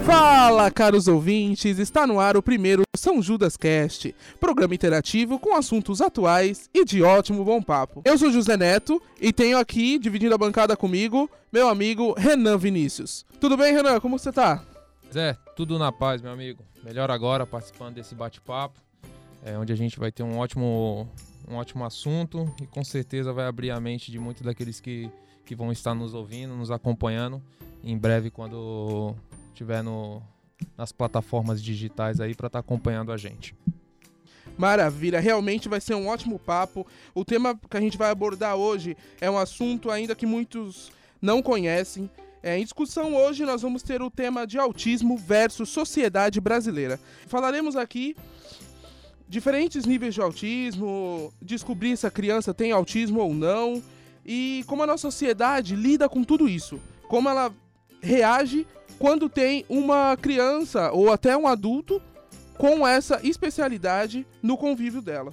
Fala, caros ouvintes, está no ar o primeiro São Judas Cast, programa interativo com assuntos atuais e de ótimo bom papo. Eu sou José Neto e tenho aqui, dividindo a bancada comigo, meu amigo Renan Vinícius. Tudo bem, Renan? Como você tá? Zé, tudo na paz, meu amigo. Melhor agora participando desse bate-papo, onde a gente vai ter um ótimo assunto e com certeza vai abrir a mente de muitos daqueles que vão estar nos ouvindo, nos acompanhando em breve quando estiver nas plataformas digitais aí para estar acompanhando a gente. Maravilha, realmente vai ser um ótimo papo. O tema que a gente vai abordar hoje é um assunto ainda que muitos não conhecem. Em discussão hoje nós vamos ter o tema de autismo versus sociedade brasileira. Falaremos aqui diferentes níveis de autismo, descobrir se a criança tem autismo ou não e como a nossa sociedade lida com tudo isso, como ela reage quando tem uma criança ou até um adulto com essa especialidade no convívio dela.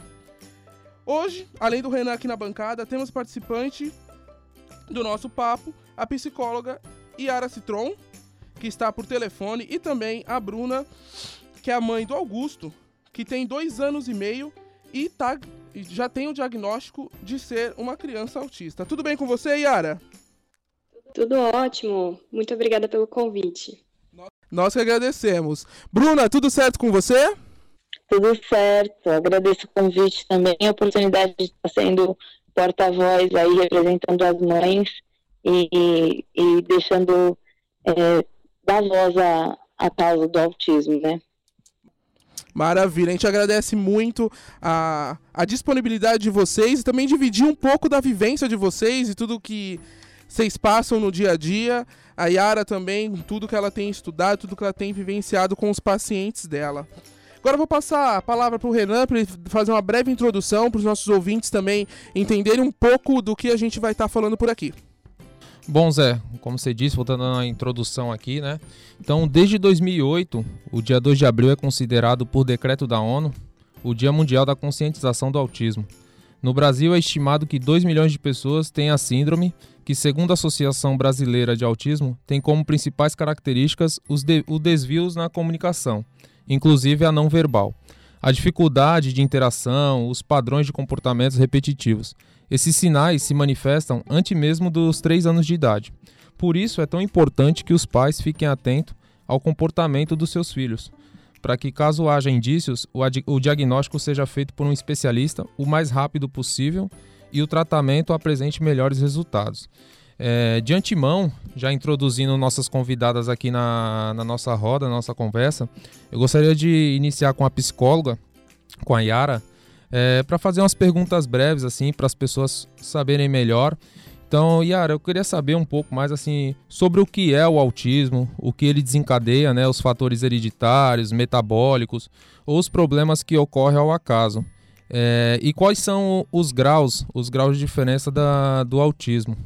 Hoje, além do Renan aqui na bancada, temos participante do nosso papo, a psicóloga Yara Citron, que está por telefone, e também a Bruna, que é a mãe do Augusto, que tem 2 anos e meio e já tem o diagnóstico de ser uma criança autista. Tudo bem com você, Yara? Tudo ótimo. Muito obrigada pelo convite. Nós que agradecemos. Bruna, tudo certo com você? Tudo certo. Agradeço o convite também, a oportunidade de estar sendo porta-voz aí, representando as mães e deixando dar voz à causa do autismo, né? Maravilha, a gente agradece muito a disponibilidade de vocês e também dividir um pouco da vivência de vocês e tudo que vocês passam no dia a dia. A Yara também, tudo que ela tem estudado, tudo que ela tem vivenciado com os pacientes dela. Agora eu vou passar a palavra para o Renan para ele fazer uma breve introdução para os nossos ouvintes também entenderem um pouco do que a gente vai estar falando por aqui. Bom, Zé, como você disse, voltando na introdução aqui, né? Então, desde 2008, o dia 2 de abril é considerado, por decreto da ONU, o Dia Mundial da Conscientização do Autismo. No Brasil, é estimado que 2 milhões de pessoas têm a síndrome, que, segundo a Associação Brasileira de Autismo, tem como principais características os desvios na comunicação, inclusive a não verbal, a dificuldade de interação, os padrões de comportamentos repetitivos. Esses sinais se manifestam antes mesmo dos 3 anos de idade. Por isso, é tão importante que os pais fiquem atentos ao comportamento dos seus filhos, para que, caso haja indícios, o diagnóstico seja feito por um especialista o mais rápido possível e o tratamento apresente melhores resultados. De antemão, já introduzindo nossas convidadas aqui na nossa roda, na nossa conversa, eu gostaria de iniciar com a psicóloga, com a Yara, para fazer umas perguntas breves assim, para as pessoas saberem melhor. Então, Yara, eu queria saber um pouco mais assim, sobre o que é o autismo, o que ele desencadeia, né, os fatores hereditários, metabólicos ou os problemas que ocorrem ao acaso. E quais são os graus de diferença do autismo?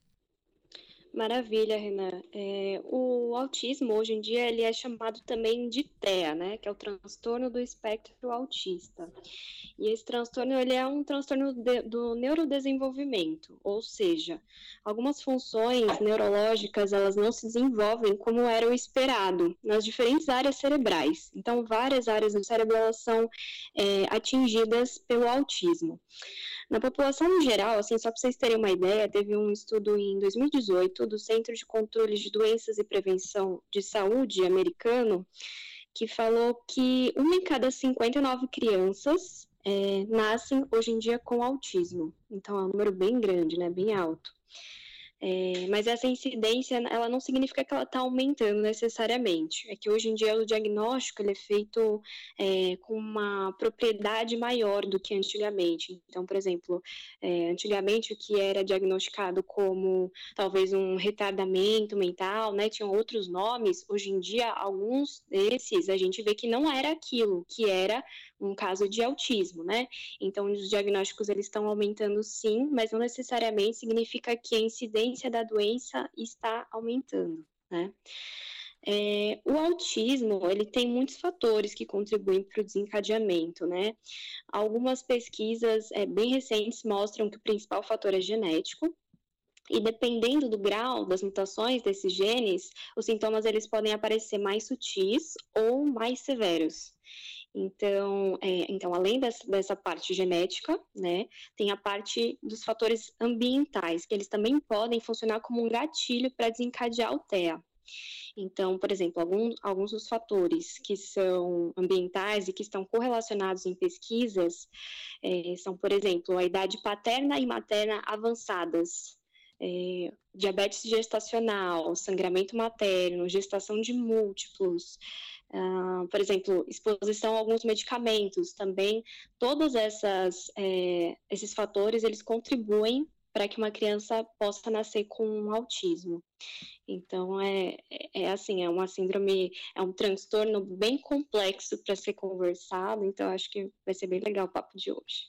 Maravilha, Renan. O autismo, hoje em dia, ele é chamado também de TEA, né? Que é o transtorno do espectro autista. E esse transtorno, ele é um transtorno do neurodesenvolvimento, ou seja, algumas funções neurológicas, elas não se desenvolvem como era o esperado nas diferentes áreas cerebrais. Então, várias áreas do cérebro, elas são atingidas pelo autismo. Na população em geral, assim, só para vocês terem uma ideia, teve um estudo em 2018 do Centro de Controle de Doenças e Prevenção de Saúde americano, que falou que 1 em cada 59 crianças nascem hoje em dia com autismo. Então, é um número bem grande, né? Bem alto. Mas essa incidência, ela não significa que ela está aumentando necessariamente. É que hoje em dia o diagnóstico ele é feito com uma propriedade maior do que antigamente. Então, por exemplo, antigamente o que era diagnosticado como talvez um retardamento mental, né, tinham outros nomes. Hoje em dia, alguns desses a gente vê que não era aquilo, que era um caso de autismo, né? Então, os diagnósticos eles estão aumentando sim, mas não necessariamente significa que a incidência da doença está aumentando, né? O autismo, ele tem muitos fatores que contribuem para o desencadeamento, né? Algumas pesquisas bem recentes mostram que o principal fator é genético, E dependendo do grau das mutações desses genes, os sintomas eles podem aparecer mais sutis ou mais severos. Então, além dessa parte genética, né, tem a parte dos fatores ambientais, que eles também podem funcionar como um gatilho para desencadear o TEA. Então, por exemplo, alguns dos fatores que são ambientais e que estão correlacionados em pesquisas são, por exemplo, a idade paterna e materna avançadas, diabetes gestacional, sangramento materno, gestação de múltiplos, por exemplo, exposição a alguns medicamentos também. Todos esses fatores, eles contribuem para que uma criança possa nascer com autismo. Então, assim, é uma síndrome, é um transtorno bem complexo para ser conversado, então acho que vai ser bem legal o papo de hoje.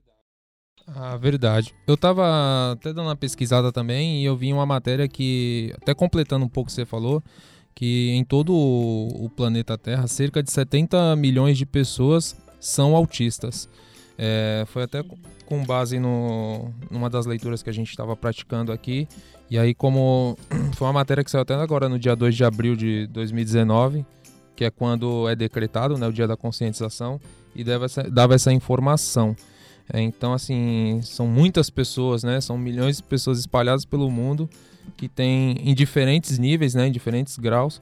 Ah, verdade. Eu tava até dando uma pesquisada também e eu vi uma matéria que, até completando um pouco o que você falou, que em todo o planeta Terra, cerca de 70 milhões de pessoas são autistas. Foi até com base numa das leituras que a gente estava praticando aqui. E aí, como foi uma matéria que saiu até agora no dia 2 de abril de 2019, que é quando é decretado, né, o dia da conscientização, e dava essa informação. Então, assim, são muitas pessoas, né? São milhões de pessoas espalhadas pelo mundo que têm, em diferentes níveis, né? Em diferentes graus,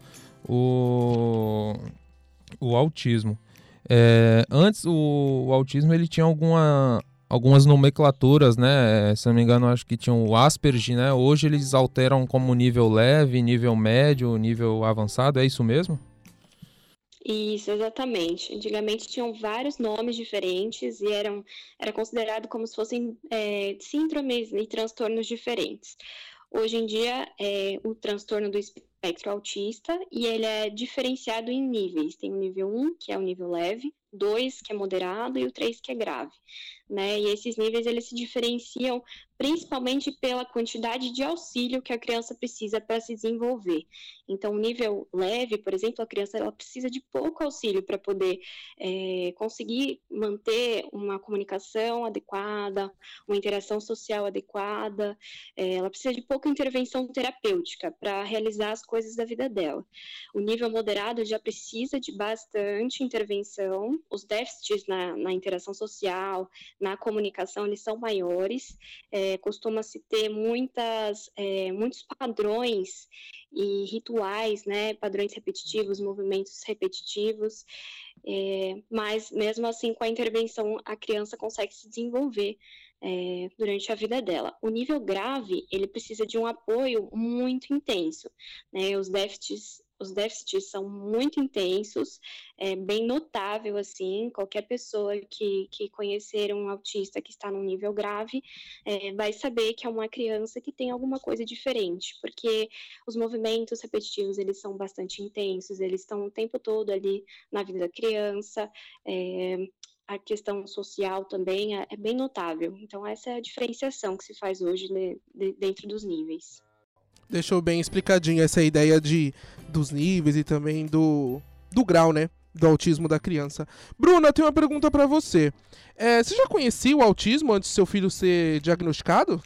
o autismo. Antes, o autismo, ele tinha algumas nomenclaturas, né? Se não me engano, acho que tinha o Asperger, né? Hoje eles alteram como nível leve, nível médio, nível avançado. É isso mesmo? Isso, exatamente. Antigamente tinham vários nomes diferentes e era considerado como se fossem síndromes e transtornos diferentes. Hoje em dia, o transtorno do espectro autista, e ele é diferenciado em níveis. Tem o nível 1, que é o nível leve, 2, que é moderado, e o 3, que é grave. Né? E esses níveis, eles se diferenciam principalmente pela quantidade de auxílio que a criança precisa para se desenvolver. Então, o nível leve, por exemplo, a criança ela precisa de pouco auxílio para poder conseguir manter uma comunicação adequada, uma interação social adequada, ela precisa de pouca intervenção terapêutica para realizar as coisas da vida dela. O nível moderado já precisa de bastante intervenção, os déficits na interação social, na comunicação, eles são maiores, costuma-se ter muitos padrões e rituais, né, padrões repetitivos, movimentos repetitivos, mas mesmo assim, com a intervenção, a criança consegue se desenvolver durante a vida dela. O nível grave, ele precisa de um apoio muito intenso, né, os déficits são muito intensos, é bem notável, assim, qualquer pessoa que conhecer um autista que está num nível grave vai saber que é uma criança que tem alguma coisa diferente, porque os movimentos repetitivos, eles são bastante intensos, eles estão o tempo todo ali na vida da criança, a questão social também é bem notável. Então, essa é a diferenciação que se faz hoje dentro dos níveis. Deixou bem explicadinho essa ideia dos níveis e também do grau, né? Do autismo da criança. Bruna, eu tenho uma pergunta pra você. Você já conhecia o autismo antes do seu filho ser diagnosticado?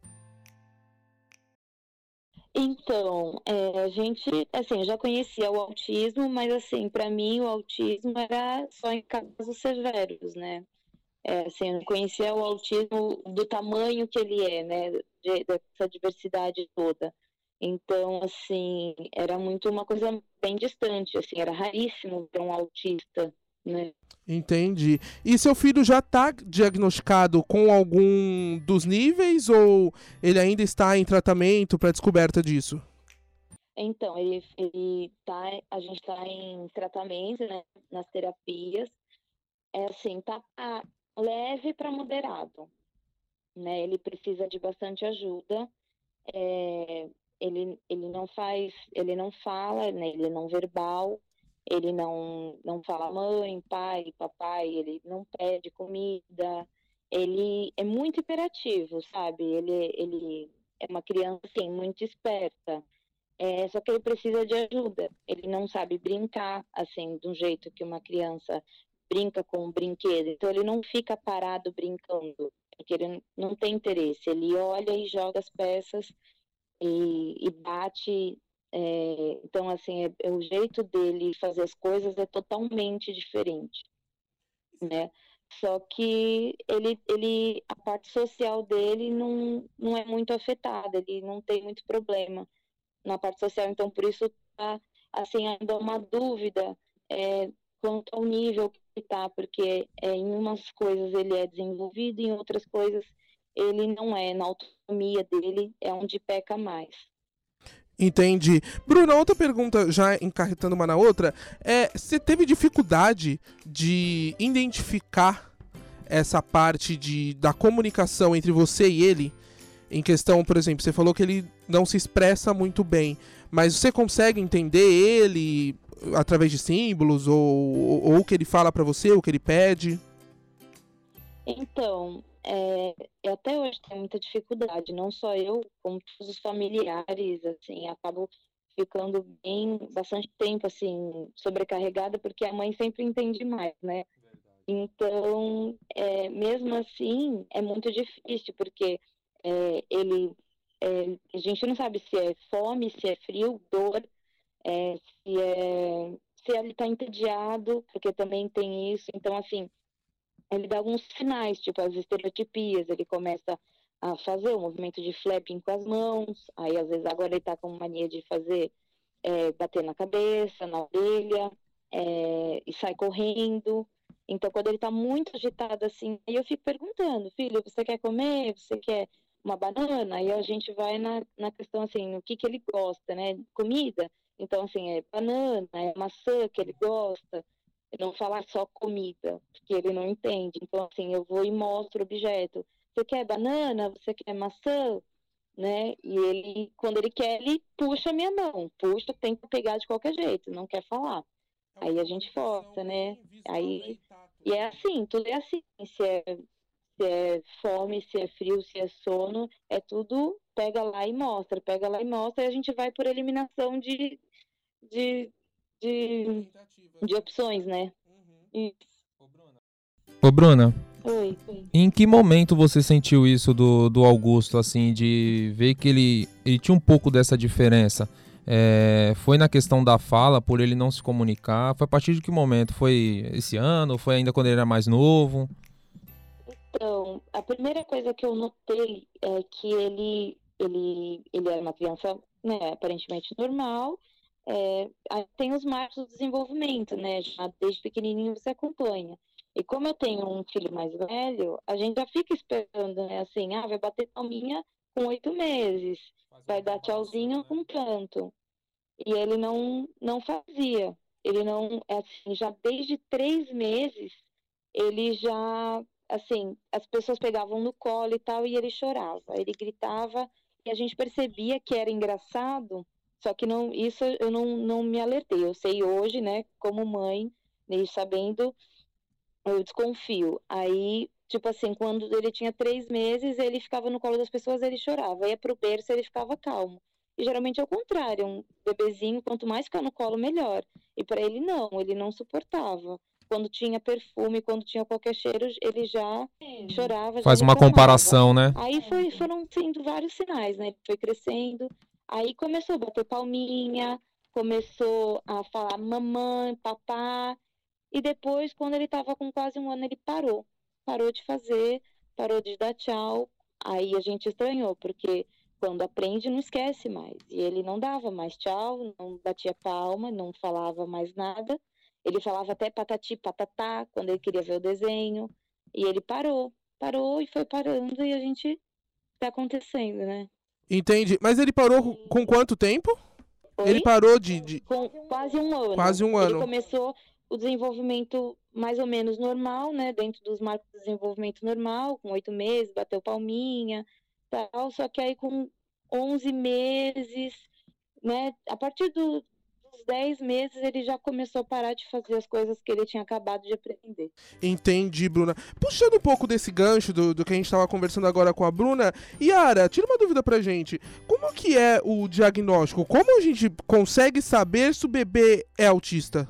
Então, a gente, assim, eu já conhecia o autismo, mas assim, para mim o autismo era só em casos severos, né? Assim, eu não conhecia o autismo do tamanho que ele é, né? Dessa diversidade toda. Então, assim, era muito uma coisa bem distante, assim, era raríssimo ter um autista, né? Entendi. E seu filho já está diagnosticado com algum dos níveis ou ele ainda está em tratamento para descoberta disso? Então, a gente está em tratamento, né, nas terapias, assim, tá leve para moderado, né? Ele precisa de bastante ajuda. Ele não fala, né? Ele é não verbal, ele não fala mãe, pai, papai, ele não pede comida, ele é muito hiperativo, sabe? Ele é uma criança, assim, muito esperta, só que ele precisa de ajuda, ele não sabe brincar, assim, de um jeito que uma criança brinca com um brinquedo, então ele não fica parado brincando, porque ele não tem interesse. Ele olha e joga as peças e bate. Então, assim, o jeito dele fazer as coisas é totalmente diferente, né? Só que a parte social dele não é muito afetada, ele não tem muito problema na parte social, então por isso tá, assim, ainda uma dúvida quanto ao nível que ele tá, porque em umas coisas ele é desenvolvido, em outras coisas ele não é, na autonomia dele é onde peca mais. Entendi. Bruna, outra pergunta, já encarretando uma na outra, você teve dificuldade de identificar essa parte da comunicação entre você e ele? Em questão, por exemplo, você falou que ele não se expressa muito bem, mas você consegue entender ele através de símbolos, ou o que ele fala pra você, o que ele pede? Então, eu até hoje tenho muita dificuldade, não só eu, como todos os familiares, assim, acabo ficando bastante tempo, assim, sobrecarregada, porque a mãe sempre entende mais, né? Então, mesmo assim, é muito difícil, porque a gente não sabe se é fome, se é frio, dor, se ele está entediado, porque também tem isso. Então, assim, ele dá alguns sinais, tipo as estereotipias, ele começa a fazer o movimento de flapping com as mãos, aí às vezes agora ele tá com mania de fazer, bater na cabeça, na orelha, e sai correndo. Então quando ele tá muito agitado assim, aí eu fico perguntando, filho, você quer comer? Você quer uma banana? Aí a gente vai na questão assim, o que ele gosta, né? Comida? Então assim, é banana, é maçã que ele gosta. Não falar só comida, porque ele não entende. Então, assim, eu vou e mostro o objeto. Você quer banana? Você quer maçã? Né? E ele, quando ele quer, ele puxa a minha mão. Puxa, tem que pegar de qualquer jeito, não quer falar. Aí a gente força, né? Aí, e é assim, tudo é assim. Se é fome, se é frio, se é sono, é tudo pega lá e mostra. Pega lá e mostra, e a gente vai por eliminação de opções, né? Ô, Bruna, Oi. em que momento você sentiu isso do Augusto, assim, de ver que ele tinha um pouco dessa diferença? Foi na questão da fala, por ele não se comunicar? Foi a partir de que momento? Foi esse ano? Foi ainda quando ele era mais novo? Então, a primeira coisa que eu notei é que ele era uma criança, né, aparentemente normal. Aí tem os marcos do desenvolvimento, né? Já desde pequenininho você acompanha. E como eu tenho um filho mais velho, a gente já fica esperando, né? Assim, vai bater palminha com 8 meses, vai dar tchauzinho com tanto. E ele não fazia. Ele não, assim, já desde 3 meses, ele já, assim, as pessoas pegavam no colo e tal, e ele chorava, ele gritava, e a gente percebia que era engraçado. Só que isso eu não me alertei. Eu sei hoje, né, como mãe, né, sabendo, eu desconfio. Aí, tipo assim, quando ele tinha 3 meses, ele ficava no colo das pessoas, ele chorava. Ia pro berço, ele ficava calmo. E geralmente é o contrário, um bebezinho, quanto mais ficar no colo, melhor. E para ele não suportava. Quando tinha perfume, quando tinha qualquer cheiro, ele já chorava. Faz já uma reclamava. comparação, né? Aí foram sendo vários sinais, né? Ele foi crescendo. Aí começou a bater palminha, começou a falar mamãe, papá. E depois, quando ele estava com quase 1 ano, ele parou. Parou de fazer, parou de dar tchau. Aí a gente estranhou, porque quando aprende, não esquece mais. E ele não dava mais tchau, não batia palma, não falava mais nada. Ele falava até patati, patatá, quando ele queria ver o desenho. E ele parou e foi parando, e a gente tá acontecendo, né? Entendi. Mas ele parou com quanto tempo? Oi? Ele parou com quase 1 ano. Quase 1 ano. Ele começou o desenvolvimento mais ou menos normal, né? Dentro dos marcos de desenvolvimento normal, com 8 meses, bateu palminha, tal. Só que aí com 11 meses, né? A partir dos 10 meses, ele já começou a parar de fazer as coisas que ele tinha acabado de aprender. Entendi, Bruna. Puxando um pouco desse gancho do que a gente estava conversando agora com a Bruna, Yara, tira uma dúvida pra gente. Como que é o diagnóstico? Como a gente consegue saber se o bebê é autista?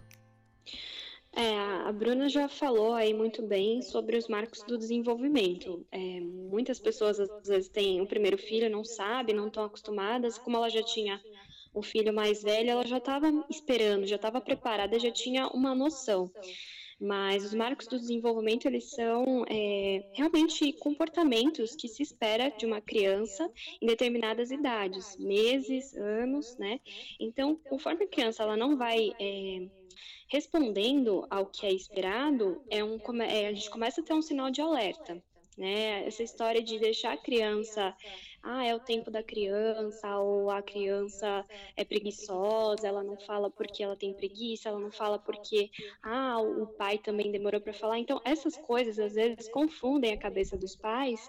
A Bruna já falou aí muito bem sobre os marcos do desenvolvimento. muitas pessoas às vezes têm o primeiro filho, não sabem, não estão acostumadas, como ela já tinha o filho mais velho, ela já estava esperando, já estava preparada, já tinha uma noção. Mas os marcos do desenvolvimento, eles são realmente comportamentos que se espera de uma criança em determinadas idades, meses, anos, né? Então, conforme a criança ela não vai respondendo ao que é esperado, a gente começa a ter um sinal de alerta. Né? Essa história de deixar a criança, é o tempo da criança, ou a criança é preguiçosa, ela não fala porque ela tem preguiça, ela não fala porque o pai também demorou para falar. Então, essas coisas às vezes confundem a cabeça dos pais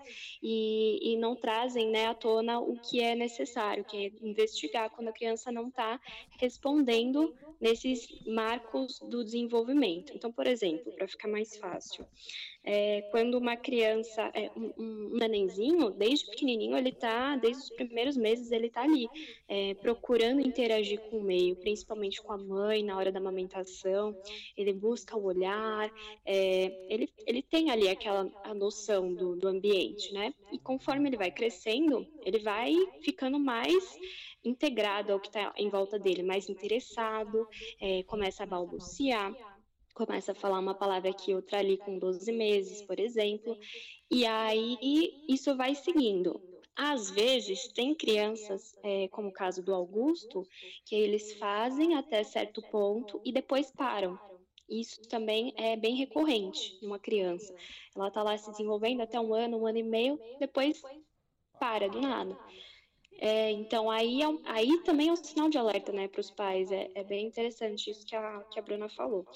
e não trazem, né, à tona o que é necessário, que é investigar quando a criança não está respondendo nesses marcos do desenvolvimento. Então, por exemplo, para ficar mais fácil, quando uma criança, um nenenzinho, desde pequenininho, desde os primeiros meses, ele está ali, procurando interagir com o meio, principalmente com a mãe, na hora da amamentação, ele busca o olhar, ele tem ali a noção do ambiente, né? E conforme ele vai crescendo, ele vai ficando mais integrado ao que está em volta dele, mais interessado, começa a balbuciar, começa a falar uma palavra aqui, outra ali, com 12 meses, por exemplo, e aí isso vai seguindo. Às vezes, tem crianças, como o caso do Augusto, que eles fazem até certo ponto e depois param. Isso também é bem recorrente em uma criança. Ela está lá se desenvolvendo até um ano e meio, depois para do nada. Então, aí também é um sinal de alerta, né, para os pais. É bem interessante isso que a Bruna falou.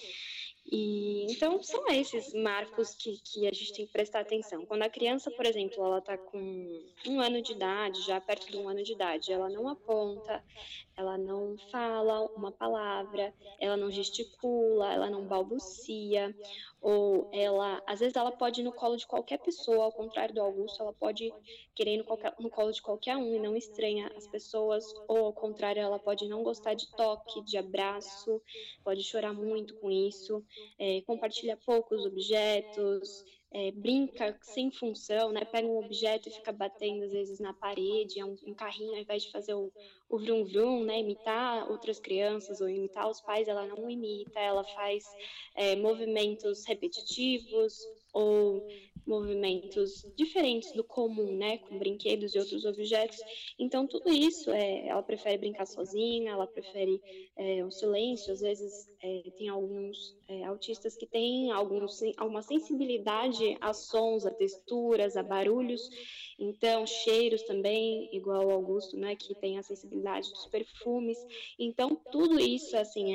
E então são esses marcos que a gente tem que prestar atenção. Quando a criança, por exemplo, ela está com 1 ano de idade, já perto de 1 ano de idade, ela não aponta, ela não fala uma palavra, ela não gesticula, ela não balbucia, ou às vezes ela pode ir no colo de qualquer pessoa, ao contrário do Augusto, ela pode querer ir no colo de qualquer um e não estranha as pessoas, ou ao contrário, ela pode não gostar de toque, de abraço, pode chorar muito com isso, compartilha poucos objetos, brinca sem função, né? Pega um objeto e fica batendo às vezes na parede, um carrinho, ao invés de fazer o vrum vrum, né? Imitar outras crianças ou imitar os pais, ela não imita, ela faz movimentos repetitivos ou movimentos diferentes do comum, né, com brinquedos e outros objetos. Então, tudo isso, ela prefere brincar sozinha, ela prefere o silêncio. Às vezes, tem alguns autistas que têm alguma sensibilidade a sons, a texturas, a barulhos. Então, cheiros também, igual o Augusto, né, que tem a sensibilidade dos perfumes. Então, tudo isso, assim,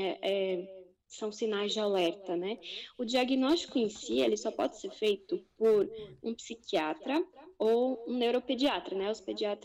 são sinais de alerta, né? O diagnóstico em si, ele só pode ser feito por um psiquiatra ou um neuropediatra, né?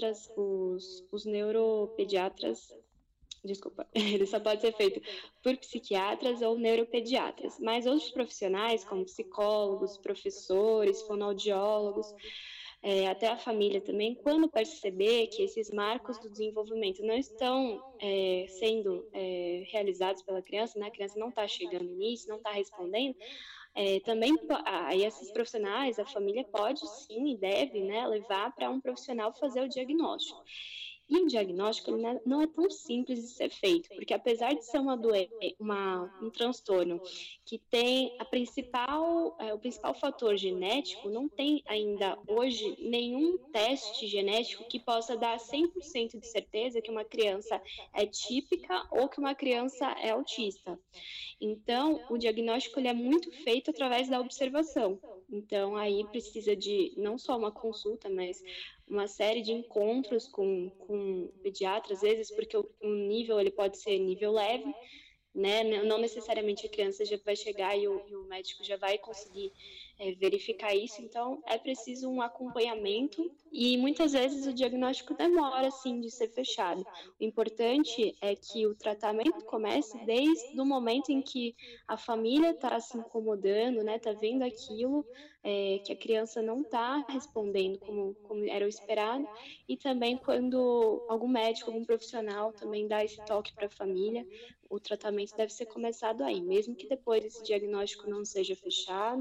Os neuropediatras, desculpa, ele só pode ser feito por psiquiatras ou neuropediatras, mas outros profissionais, como psicólogos, professores, fonoaudiólogos, até a família também, quando perceber que esses marcos do desenvolvimento não estão sendo realizados pela criança, né? A criança não está chegando nisso, não está respondendo, também aí esses profissionais, a família pode sim e deve, né, levar para um profissional fazer o diagnóstico. E o diagnóstico ele não é tão simples de ser feito, porque apesar de ser um transtorno que tem o principal fator genético, não tem ainda hoje nenhum teste genético que possa dar 100% de certeza que uma criança é típica ou que uma criança é autista. Então, o diagnóstico ele é muito feito através da observação. Então, aí precisa de não só uma consulta, mas uma série de encontros com pediatras, às vezes, porque o nível ele pode ser nível leve, né? Não necessariamente a criança já vai chegar e o médico já vai conseguir verificar isso. Então, é preciso um acompanhamento e muitas vezes o diagnóstico demora, sim, de ser fechado. O importante é que o tratamento comece desde o momento em que a família está se incomodando, né? Está vendo aquilo, que a criança não está respondendo como era o esperado, e também quando algum médico, algum profissional também dá esse toque para a família, o tratamento deve ser começado aí, mesmo que depois esse diagnóstico não seja fechado,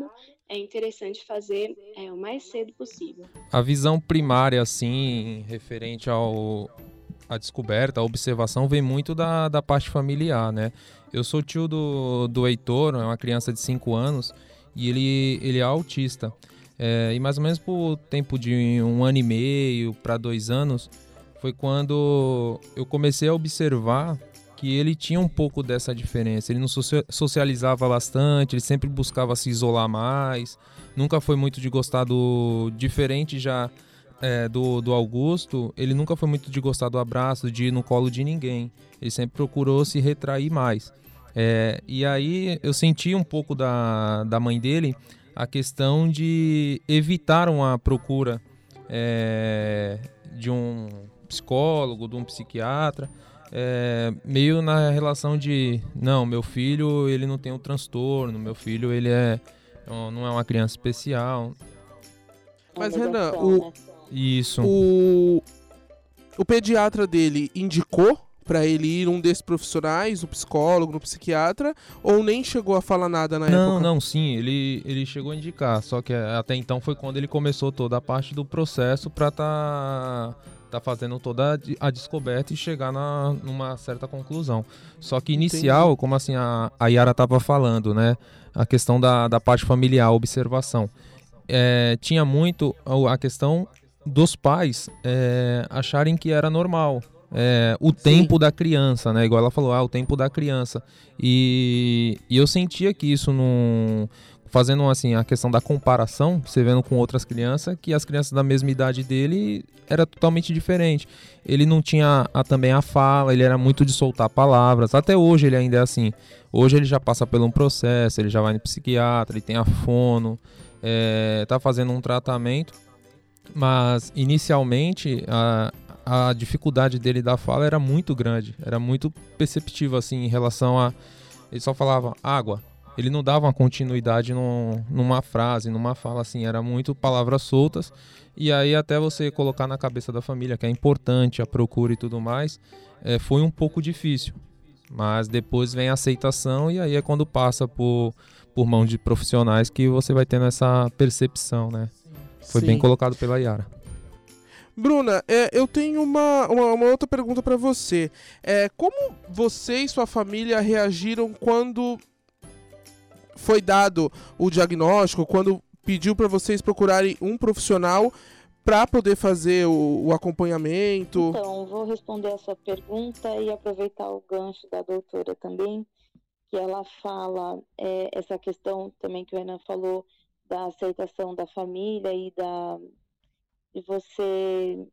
é interessante fazer o mais cedo possível. A visão primária, assim, referente à descoberta, à observação, vem muito da parte familiar, né? Eu sou tio do Heitor, é uma criança de 5 anos, e ele é autista. E mais ou menos por tempo de 1 ano e meio para 2 anos, foi quando eu comecei a observar que ele tinha um pouco dessa diferença. Ele não socializava bastante, ele sempre buscava se isolar mais, nunca foi muito de gostar diferente já do Augusto, ele nunca foi muito de gostar do abraço, de ir no colo de ninguém. Ele sempre procurou se retrair mais. E aí eu senti um pouco da mãe dele a questão de evitar uma procura de um psicólogo, de um psiquiatra, meio na relação de, não, meu filho ele não tem um transtorno, meu filho ele não é uma criança especial. Mas Renan, Isso. O pediatra dele indicou pra ele ir num desses profissionais, no psicólogo, no psiquiatra, ou nem chegou a falar nada na época? Não, sim, ele chegou a indicar, só que até então foi quando ele começou toda a parte do processo pra tá fazendo toda a descoberta e chegar numa certa conclusão. Só que inicial, entendi, como assim a Yara tava falando, né, a questão da parte familiar, observação, tinha muito a questão dos pais acharem que era normal. O tempo da criança, né? Igual ela falou, o tempo da criança. E eu sentia que isso fazendo assim a questão da comparação, você vendo com outras crianças, que as crianças da mesma idade dele era totalmente diferente. Ele não tinha também a fala, ele era muito de soltar palavras. Até hoje ele ainda é assim. Hoje ele já passa por um processo, ele já vai no psiquiatra, ele tem a fono, tá fazendo um tratamento. Mas inicialmente a dificuldade dele da fala era muito grande, era muito perceptível assim em relação a... Ele só falava água, ele não dava uma continuidade numa frase, numa fala assim, era muito palavras soltas. E aí até você colocar na cabeça da família que é importante a procura e tudo mais, foi um pouco difícil. Mas depois vem a aceitação e aí é quando passa por mãos de profissionais que você vai tendo essa percepção, né? Foi bem colocado pela Yara. Bruna, eu tenho uma outra pergunta para você. Como você e sua família reagiram quando foi dado o diagnóstico, quando pediu para vocês procurarem um profissional para poder fazer o acompanhamento? Então, vou responder a sua pergunta e aproveitar o gancho da doutora também, que ela fala essa questão também que o Renan falou, da aceitação da família e de você,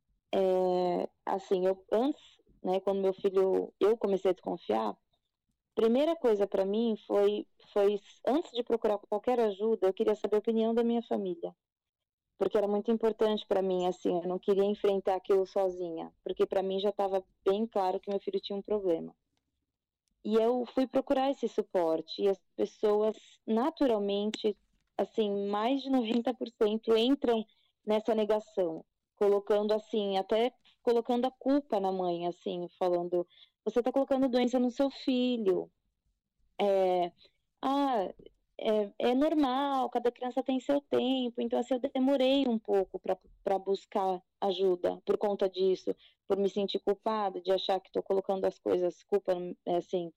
assim, antes, né, quando meu filho, eu comecei a desconfiar, primeira coisa para mim foi, antes de procurar qualquer ajuda, eu queria saber a opinião da minha família, porque era muito importante para mim, assim, eu não queria enfrentar aquilo sozinha, porque para mim já estava bem claro que meu filho tinha um problema. E eu fui procurar esse suporte, e as pessoas, naturalmente, assim, mais de 90% entram nessa negação, colocando assim, até colocando a culpa na mãe, assim, falando, você está colocando doença no seu filho, é normal, cada criança tem seu tempo, então assim, eu demorei um pouco para buscar ajuda por conta disso, por me sentir culpada, de achar que estou colocando as coisas, culpa, assim,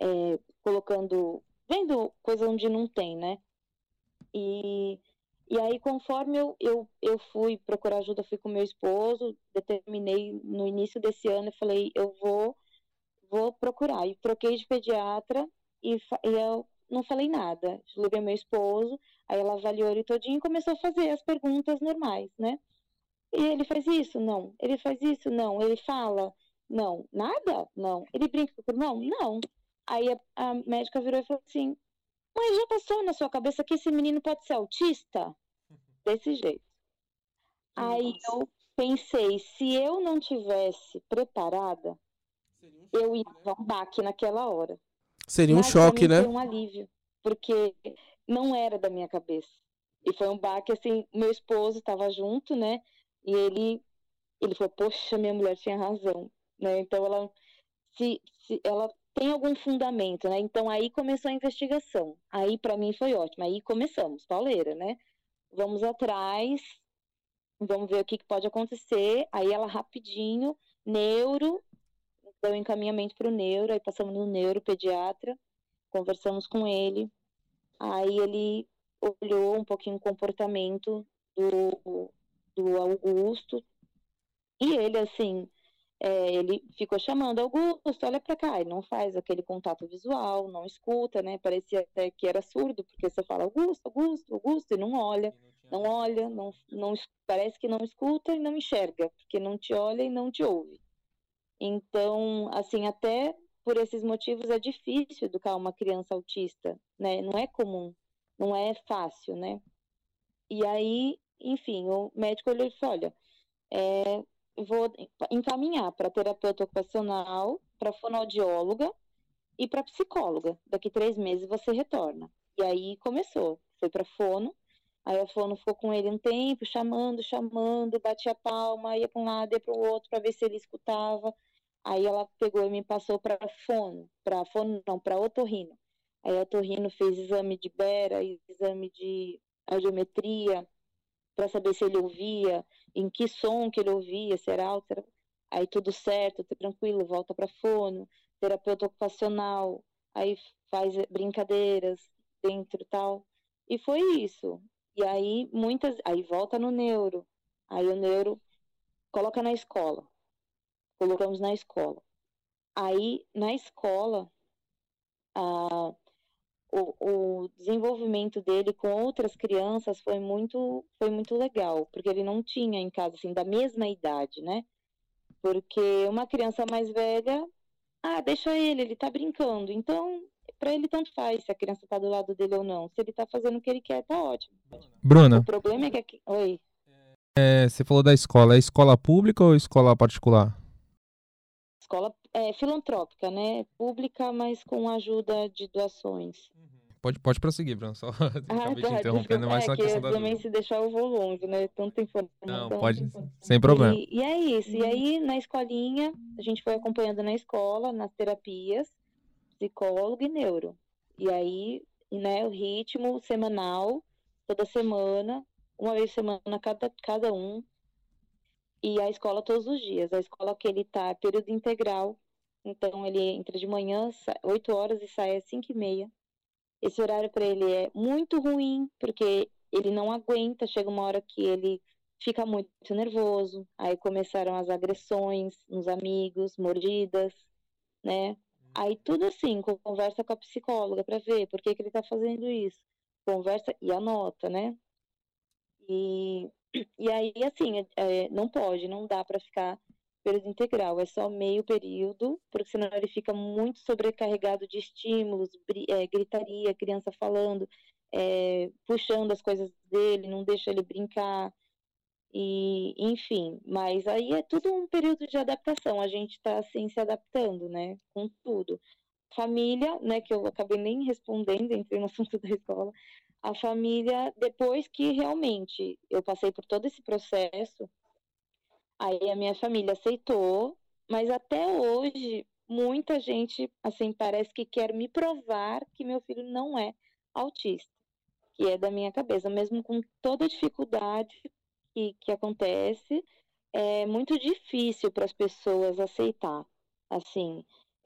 vendo coisa onde não tem, né? E aí, conforme eu fui procurar ajuda, fui com meu esposo, determinei no início desse ano, eu falei, eu vou procurar. E troquei de pediatra e eu não falei nada. Liguei meu esposo, aí ela avaliou ele todinho e começou a fazer as perguntas normais, né? E ele faz isso? Não. Ele faz isso? Não. Ele fala? Não. Nada? Não. Ele brinca com o irmão? Não. Aí a médica virou e falou assim, mas já passou na sua cabeça que esse menino pode ser autista? Desse jeito. Aí eu pensei, se eu não tivesse preparada, eu ia dar um baque naquela hora. Seria um choque, né? Foi um alívio, porque não era da minha cabeça. E foi um baque, assim, meu esposo estava junto, né? E ele falou, poxa, minha mulher tinha razão, né? Então ela tem algum fundamento, né? Então aí começou a investigação. Aí para mim foi ótimo. Aí começamos, pauleira, né? Vamos atrás, vamos ver o que pode acontecer. Aí ela rapidinho, neuro, deu encaminhamento para o neuro, aí passamos no neuropediatra, conversamos com ele. Aí ele olhou um pouquinho o comportamento do Augusto. E ele, assim, ele ficou chamando, Augusto, olha pra cá. Ele não faz aquele contato visual, não escuta, né? Parecia até que era surdo, porque você fala Augusto, Augusto, Augusto, e não olha, não parece que não escuta e não enxerga, porque não te olha e não te ouve. Então, assim, até por esses motivos é difícil educar uma criança autista, né? Não é comum, não é fácil, né? E aí, enfim, o médico olhou e falou, olha, vou encaminhar para terapeuta ocupacional, para fonoaudióloga e para psicóloga. Daqui 3 meses você retorna. E aí começou, foi para fono, aí a fono ficou com ele um tempo, chamando, batia palma, ia para um lado, ia para o outro, para ver se ele escutava. Aí ela pegou e me passou para otorrino. Aí a otorrino fez exame de bera, exame de audiometria, para saber se ele ouvia, em que som que ele ouvia, se era alto, aí tudo certo, tranquilo, volta para fono, terapeuta ocupacional, aí faz brincadeiras dentro e tal. E foi isso. E aí aí volta no neuro. Aí o neuro coloca na escola. Colocamos na escola. Aí na escola o desenvolvimento dele com outras crianças foi muito legal, porque ele não tinha em casa, assim, da mesma idade, né? Porque uma criança mais velha, deixa ele tá brincando. Então, para ele tanto faz se a criança tá do lado dele ou não. Se ele tá fazendo o que ele quer, tá ótimo. Bruna, O problema é que... Oi. você falou da escola, é escola pública ou escola particular? Escola filantrópica, né? Pública, mas com ajuda de doações. Pode prosseguir, Bruno. Só acabei te interrompendo, desculpa. mas só a questão da também dúvida. se deixar eu vou longe, né? Tanta informação. Não, pode, sem problema. E é isso. E aí, na escolinha, a gente foi acompanhando na escola, nas terapias, psicólogo e neuro. E aí, né, o ritmo semanal, toda semana, uma vez por semana cada um. E a escola todos os dias. A escola que ele tá, período integral. Então, ele entra de manhã, 8 horas e sai às 5h30. Esse horário para ele é muito ruim, porque ele não aguenta, chega uma hora que ele fica muito nervoso, aí começaram as agressões nos amigos, mordidas, né? Aí tudo assim, conversa com a psicóloga para ver por que ele tá fazendo isso. Conversa e anota, né? E aí, assim, não dá para ficar período integral, é só meio período, porque senão ele fica muito sobrecarregado de estímulos, gritaria, criança falando, puxando as coisas dele, não deixa ele brincar, e enfim, mas aí é tudo um período de adaptação, a gente está assim se adaptando, né, com tudo. Família, né, que eu acabei nem respondendo, entrei no assunto da escola, a família, depois que realmente eu passei por todo esse processo, aí a minha família aceitou, mas até hoje muita gente, assim, parece que quer me provar que meu filho não é autista, que é da minha cabeça, mesmo com toda a dificuldade que acontece, é muito difícil para as pessoas aceitar, assim,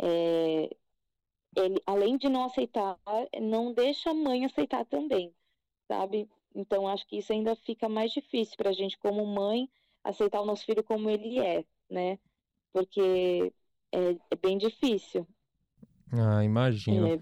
ele, além de não aceitar, não deixa a mãe aceitar também, sabe? Então, acho que isso ainda fica mais difícil para a gente, como mãe, aceitar o nosso filho como ele é, né? Porque é bem difícil. Imagino.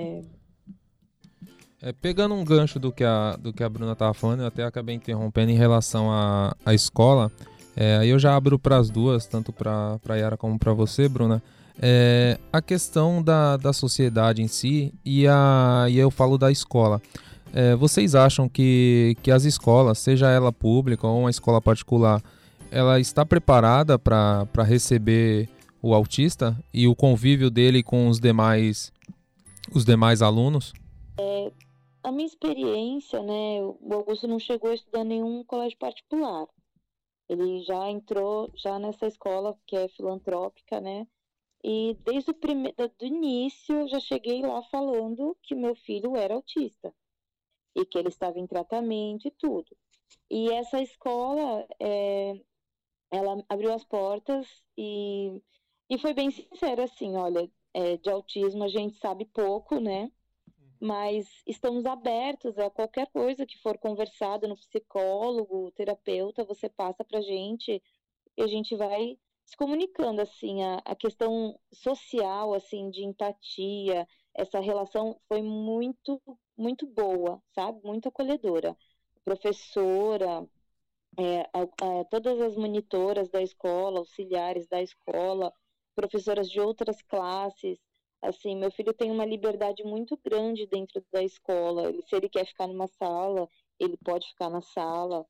Pegando um gancho do que a Bruna estava falando, eu até acabei interrompendo em relação à escola. Aí eu já abro para as duas, tanto para a Yara como para você, Bruna. A questão da sociedade em si e eu falo da escola. Vocês acham que as escolas, seja ela pública ou uma escola particular, ela está preparada para receber o autista e o convívio dele com os demais alunos? A minha experiência, né, o Augusto não chegou a estudar em nenhum colégio particular. Ele já entrou nessa escola que é filantrópica, né, E desde do início eu já cheguei lá falando que meu filho era autista e que ele estava em tratamento e tudo. E essa escola, ela abriu as portas e foi bem sincera, assim, olha, de autismo a gente sabe pouco, né? Mas estamos abertos a qualquer coisa que for conversado no psicólogo, terapeuta, você passa pra gente e a gente vai se comunicando, assim, a questão social, assim, de empatia, essa relação foi muito, muito boa, sabe? Muito acolhedora. Professora, todas as monitoras da escola, auxiliares da escola, professoras de outras classes, assim, meu filho tem uma liberdade muito grande dentro da escola. Se ele quer ficar numa sala, ele pode ficar na sala.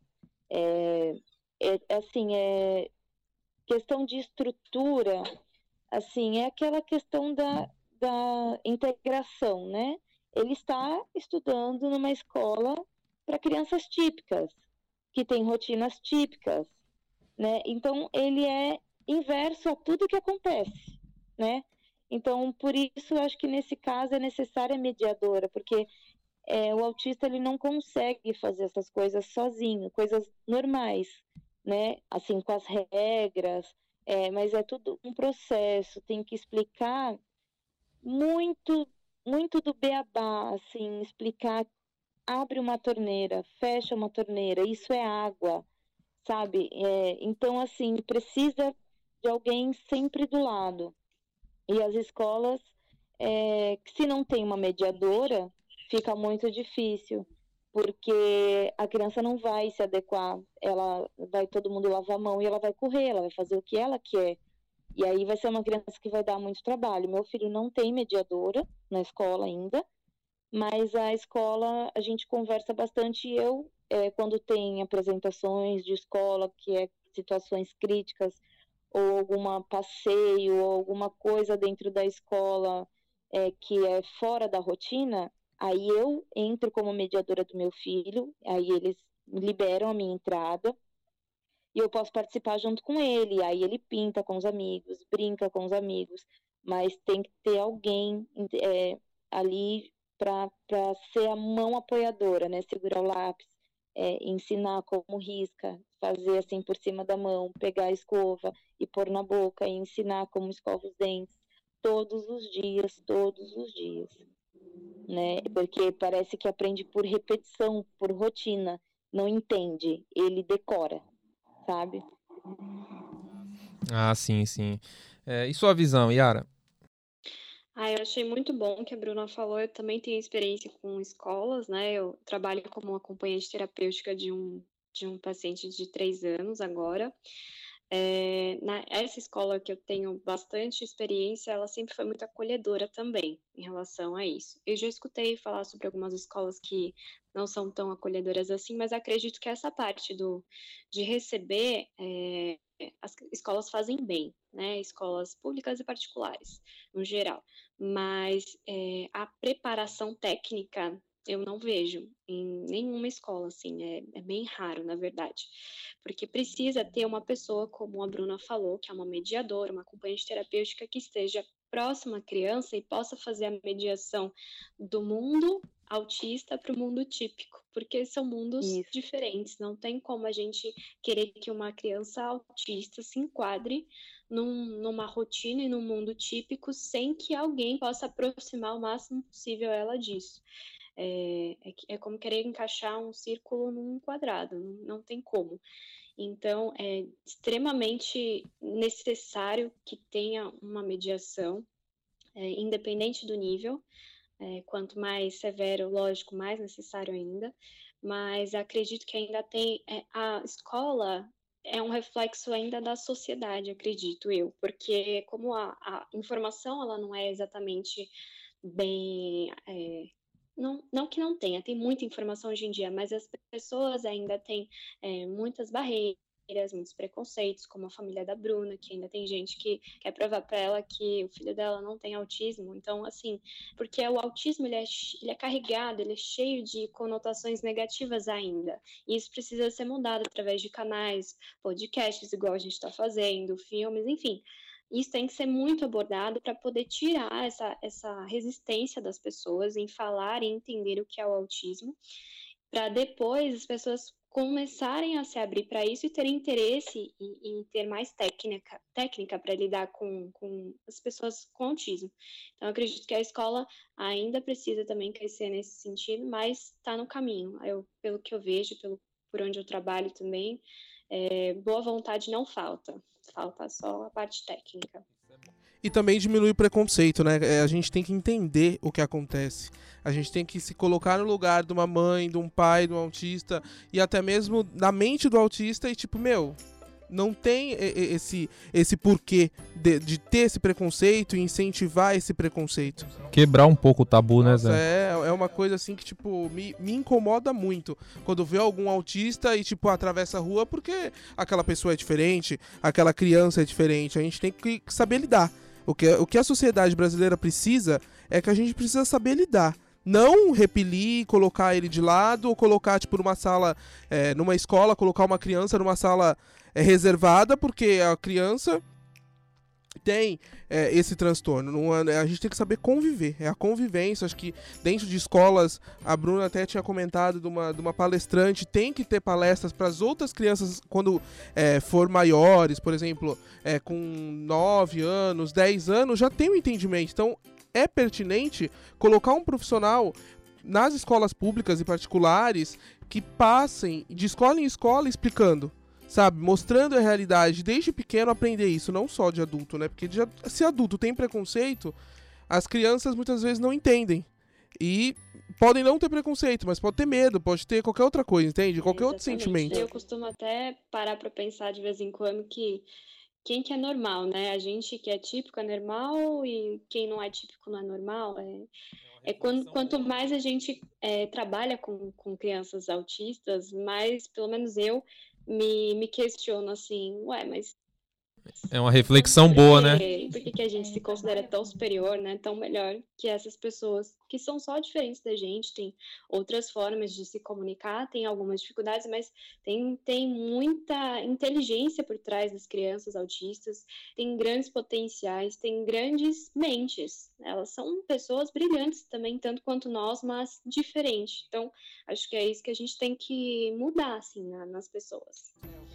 Assim, questão de estrutura, assim, é aquela questão da integração, né? Ele está estudando numa escola para crianças típicas, que tem rotinas típicas, né? Então, ele é inverso a tudo que acontece, né? Então, por isso, eu acho que nesse caso é necessária a mediadora, porque o autista ele não consegue fazer essas coisas sozinho, coisas normais, né? Assim, com as regras, mas é tudo um processo, tem que explicar muito, muito do beabá, assim, explicar, abre uma torneira, fecha uma torneira, isso é água, sabe? Então, assim, precisa de alguém sempre do lado. E as escolas, se não tem uma mediadora, fica muito difícil, porque a criança não vai se adequar, ela vai todo mundo lavar a mão e ela vai correr, ela vai fazer o que ela quer. E aí vai ser uma criança que vai dar muito trabalho. Meu filho não tem mediadora na escola ainda, mas a escola, a gente conversa bastante. E eu, quando tem apresentações de escola, que é situações críticas, ou algum passeio, ou alguma coisa dentro da escola que é fora da rotina, aí eu entro como mediadora do meu filho, aí eles liberam a minha entrada, e eu posso participar junto com ele, aí ele pinta com os amigos, brinca com os amigos, mas tem que ter alguém ali para ser a mão apoiadora, né? Segurar o lápis, ensinar como risca, fazer assim por cima da mão, pegar a escova e pôr na boca, e ensinar como escova os dentes, todos os dias, né? Porque parece que aprende por repetição, por rotina, não entende, ele decora, sabe? Ah, sim, sim. E sua visão, Yara? Eu achei muito bom que a Bruna falou. Eu também tenho experiência com escolas, né? Eu trabalho como acompanhante terapêutica de um paciente de 3 anos agora. Essa escola que eu tenho bastante experiência, ela sempre foi muito acolhedora também em relação a isso. Eu já escutei falar sobre algumas escolas que não são tão acolhedoras assim, mas acredito que essa parte de receber, as escolas fazem bem, né? Escolas públicas e particulares, no geral. Mas a preparação técnica eu não vejo em nenhuma escola, assim, é bem raro, na verdade, porque precisa ter uma pessoa, como a Bruna falou, que é uma mediadora, uma acompanhante terapêutica que esteja próxima à criança e possa fazer a mediação do mundo autista para o mundo típico, porque são mundos diferentes, não tem como a gente querer que uma criança autista se enquadre numa rotina e num mundo típico sem que alguém possa aproximar o máximo possível ela disso. É como querer encaixar um círculo num quadrado, não tem como. Então, é extremamente necessário que tenha uma mediação, independente do nível. Quanto mais severo, lógico, mais necessário ainda. Mas acredito que ainda tem... a escola é um reflexo ainda da sociedade, acredito eu. Porque como a informação ela não é exatamente bem... Não que não tenha, tem muita informação hoje em dia, mas as pessoas ainda têm muitas barreiras, muitos preconceitos, como a família da Bruna, que ainda tem gente que quer provar para ela que o filho dela não tem autismo. Então, assim, porque o autismo ele é carregado, ele é cheio de conotações negativas ainda. E isso precisa ser mudado através de canais, podcasts, igual a gente está fazendo, filmes, enfim. isso tem que ser muito abordado para poder tirar essa resistência das pessoas em falar e entender o que é o autismo, para depois as pessoas começarem a se abrir para isso e terem interesse em ter mais técnica para lidar com as pessoas com autismo. Então, eu acredito que a escola ainda precisa também crescer nesse sentido, mas está no caminho. Pelo que eu vejo, por onde eu trabalho também, boa vontade não falta. Falta só a parte técnica. E também diminui o preconceito, né? A gente tem que entender o que acontece. A gente tem que se colocar no lugar de uma mãe, de um pai, de um autista, e até mesmo na mente do autista e tipo, não tem esse porquê de ter esse preconceito e incentivar esse preconceito. Quebrar um pouco o tabu, né, Nossa, Zé? é uma coisa assim que, tipo, me incomoda muito quando vê algum autista e, tipo, atravessa a rua porque aquela pessoa é diferente, aquela criança é diferente. A gente tem que saber lidar. O que a sociedade brasileira precisa é que a gente precisa saber lidar. Não repelir, colocar ele de lado, ou colocar, tipo, numa sala, numa escola, colocar uma criança numa sala reservada, porque a criança tem esse transtorno. A gente tem que saber conviver. É a convivência. Acho que dentro de escolas, a Bruna até tinha comentado de uma palestrante, tem que ter palestras para as outras crianças quando for maiores, por exemplo, com 9 anos, 10 anos, já tem um entendimento. Então, é pertinente colocar um profissional nas escolas públicas e particulares que passem de escola em escola explicando. Sabe, mostrando a realidade, desde pequeno aprender isso, não só de adulto, né? Porque se adulto tem preconceito, as crianças muitas vezes não entendem. E podem não ter preconceito, mas pode ter medo, pode ter qualquer outra coisa, entende? Qualquer outro sentimento. Eu costumo até parar pra pensar de vez em quando que quem que é normal, né? A gente que é típico é normal e quem não é típico não é normal. Quanto mais a gente trabalha com crianças autistas, mais, pelo menos eu, me questiono assim, mas É uma reflexão boa, né? por que a gente se considera tão superior, né? Tão melhor que essas pessoas que são só diferentes da gente, tem outras formas de se comunicar, tem algumas dificuldades, mas tem muita inteligência por trás das crianças autistas, tem grandes potenciais, tem grandes mentes. Elas são pessoas brilhantes também, tanto quanto nós, mas diferentes. Então, acho que é isso que a gente tem que mudar, assim, nas pessoas.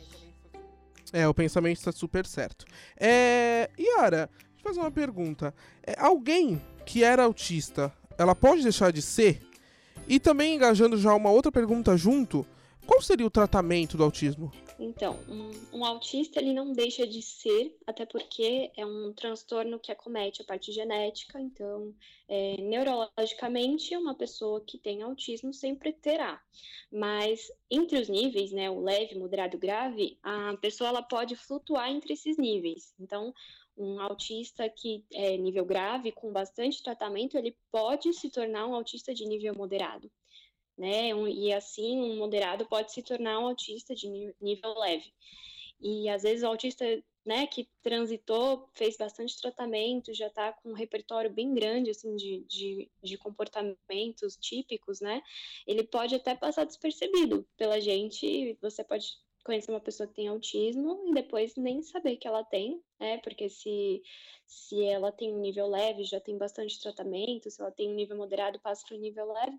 O pensamento está super certo. Yara, deixa eu fazer uma pergunta. Alguém que era autista, ela pode deixar de ser? E também engajando já uma outra pergunta junto, qual seria o tratamento do autismo? Então, um autista ele não deixa de ser, até porque é um transtorno que acomete a parte genética, então, neurologicamente, uma pessoa que tem autismo sempre terá. Mas, entre os níveis, né, o leve, moderado e grave, a pessoa ela pode flutuar entre esses níveis. Então, um autista que é nível grave, com bastante tratamento, ele pode se tornar um autista de nível moderado. Né? E assim, um moderado pode se tornar um autista de nível leve. E às vezes o autista, né, que transitou, fez bastante tratamento, já está com um repertório bem grande assim, de comportamentos típicos, né? Ele pode até passar despercebido pela gente. Você pode conhecer uma pessoa que tem autismo e depois nem saber que ela tem, né? Porque se ela tem um nível leve, já tem bastante tratamento, se ela tem um nível moderado, passa para o nível leve,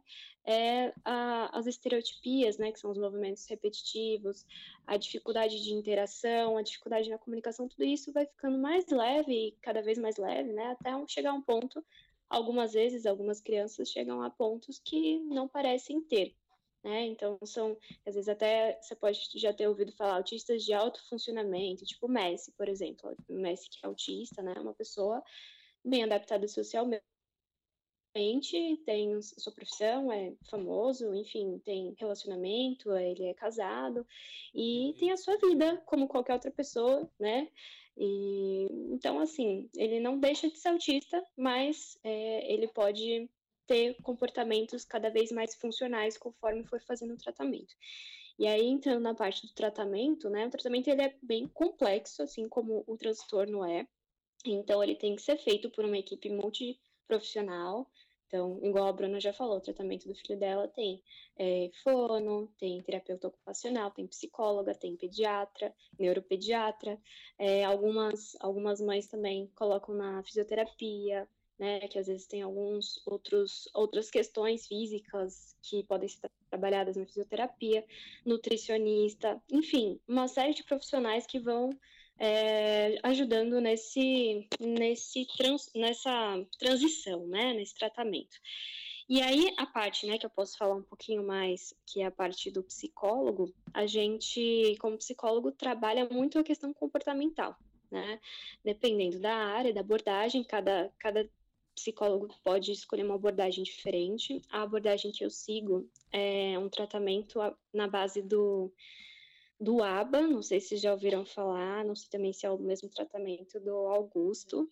as estereotipias, né, que são os movimentos repetitivos, a dificuldade de interação, a dificuldade na comunicação, tudo isso vai ficando mais leve e cada vez mais leve, né, até chegar a um ponto, algumas vezes, algumas crianças chegam a pontos que não parecem ter. Né? Então, às vezes até você pode já ter ouvido falar autistas de alto funcionamento, tipo o Messi, por exemplo. O Messi que é autista, né? Uma pessoa bem adaptada socialmente, tem sua profissão, é famoso, enfim, tem relacionamento, ele é casado e tem a sua vida como qualquer outra pessoa, né? Então, assim, ele não deixa de ser autista, mas ele pode ter comportamentos cada vez mais funcionais conforme for fazendo o tratamento. E aí, entrando na parte do tratamento, né? O tratamento ele é bem complexo, assim como o transtorno é. Então, ele tem que ser feito por uma equipe multiprofissional, Então, igual a Bruna já falou, o tratamento do filho dela tem fono, tem terapeuta ocupacional, tem psicóloga, tem pediatra, neuropediatra. Algumas mães também colocam na fisioterapia, né, que às vezes tem outras questões físicas que podem ser trabalhadas na fisioterapia, nutricionista, enfim, uma série de profissionais que vão ajudando nessa transição, né, nesse tratamento. E aí, a parte, né, que eu posso falar um pouquinho mais, que é a parte do psicólogo, a gente, como psicólogo, trabalha muito a questão comportamental, né? Dependendo da área, da abordagem, cada psicólogo pode escolher uma abordagem diferente. A abordagem que eu sigo é um tratamento na base do ABA, não sei se já ouviram falar, não sei também se é o mesmo tratamento do Augusto,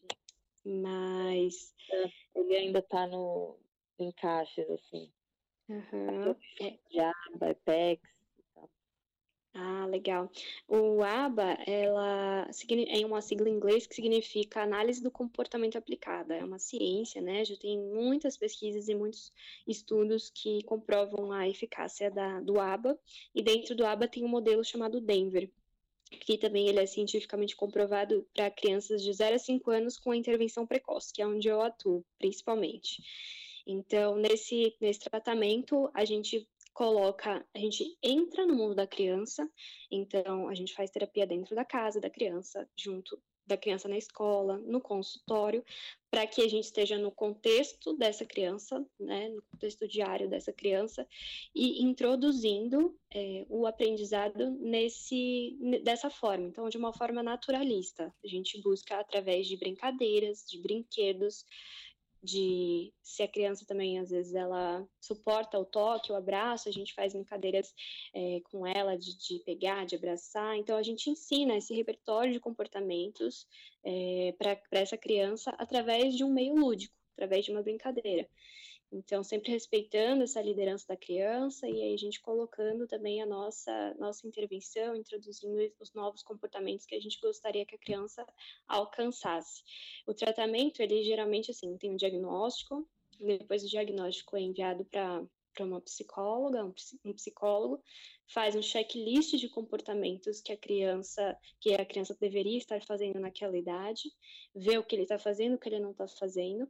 mas... Ele ainda está em caixas, assim. Uhum. De ABA, PEX e tal. Ah, legal. O ABA, ela é uma sigla em inglês que significa Análise do Comportamento Aplicada. É uma ciência, né? Já tem muitas pesquisas e muitos estudos que comprovam a eficácia do ABA. E dentro do ABA tem um modelo chamado Denver, que também ele é cientificamente comprovado para crianças de 0 a 5 anos com a intervenção precoce, que é onde eu atuo, principalmente. Então, nesse tratamento, a gente entra no mundo da criança, então a gente faz terapia dentro da casa da criança, junto da criança na escola, no consultório, para que a gente esteja no contexto dessa criança, né, no contexto diário dessa criança, e introduzindo o aprendizado dessa forma, então de uma forma naturalista. A gente busca através de brincadeiras, de brinquedos, se a criança também, às vezes, ela suporta o toque, o abraço, a gente faz brincadeiras com ela de pegar, de abraçar. Então, a gente ensina esse repertório de comportamentos para essa criança através de um meio lúdico, através de uma brincadeira. Então, sempre respeitando essa liderança da criança e aí a gente colocando também a nossa intervenção, introduzindo os novos comportamentos que a gente gostaria que a criança alcançasse. O tratamento, ele geralmente, assim, tem um diagnóstico, depois do diagnóstico é enviado para uma psicóloga, um psicólogo, faz um checklist de comportamentos que a criança deveria estar fazendo naquela idade, vê o que ele está fazendo, o que ele não está fazendo.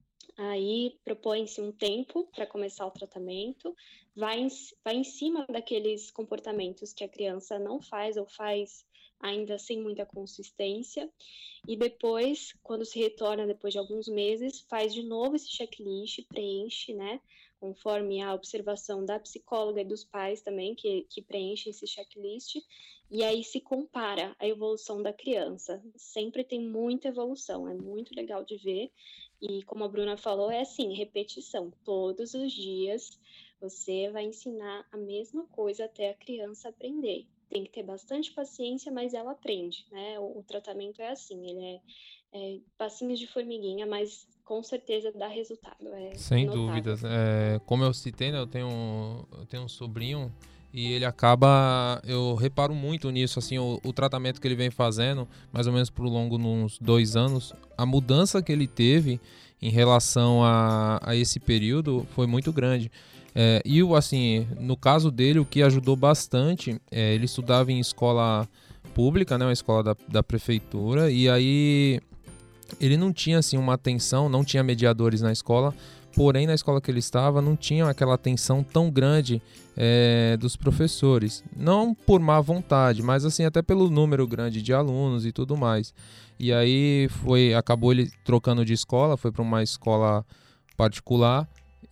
Aí propõe-se um tempo para começar o tratamento, vai em cima daqueles comportamentos que a criança não faz ou faz ainda sem muita consistência, e depois, quando se retorna depois de alguns meses, faz de novo esse checklist, preenche, né, conforme a observação da psicóloga e dos pais também, que preenchem esse checklist, e aí se compara a evolução da criança. Sempre tem muita evolução, é muito legal de ver. E como a Bruna falou, é assim, repetição. Todos os dias você vai ensinar a mesma coisa até a criança aprender. Tem que ter bastante paciência, mas ela aprende, né? O tratamento é assim, ele é passinhos de formiguinha, mas com certeza dá resultado. Sem notável. dúvidas. Como eu citei, né, eu tenho um sobrinho e ele acaba, eu reparo muito nisso, assim, o tratamento que ele vem fazendo, mais ou menos por longo de uns 2 anos, a mudança que ele teve em relação a esse período foi muito grande. E assim, no caso dele, o que ajudou bastante, ele estudava em escola pública, né, uma escola da prefeitura, e aí ele não tinha assim uma atenção, não tinha mediadores na escola, porém na escola que ele estava não tinha aquela atenção tão grande dos professores, não por má vontade, mas assim até pelo número grande de alunos e tudo mais. E aí acabou ele trocando de escola, foi para uma escola particular,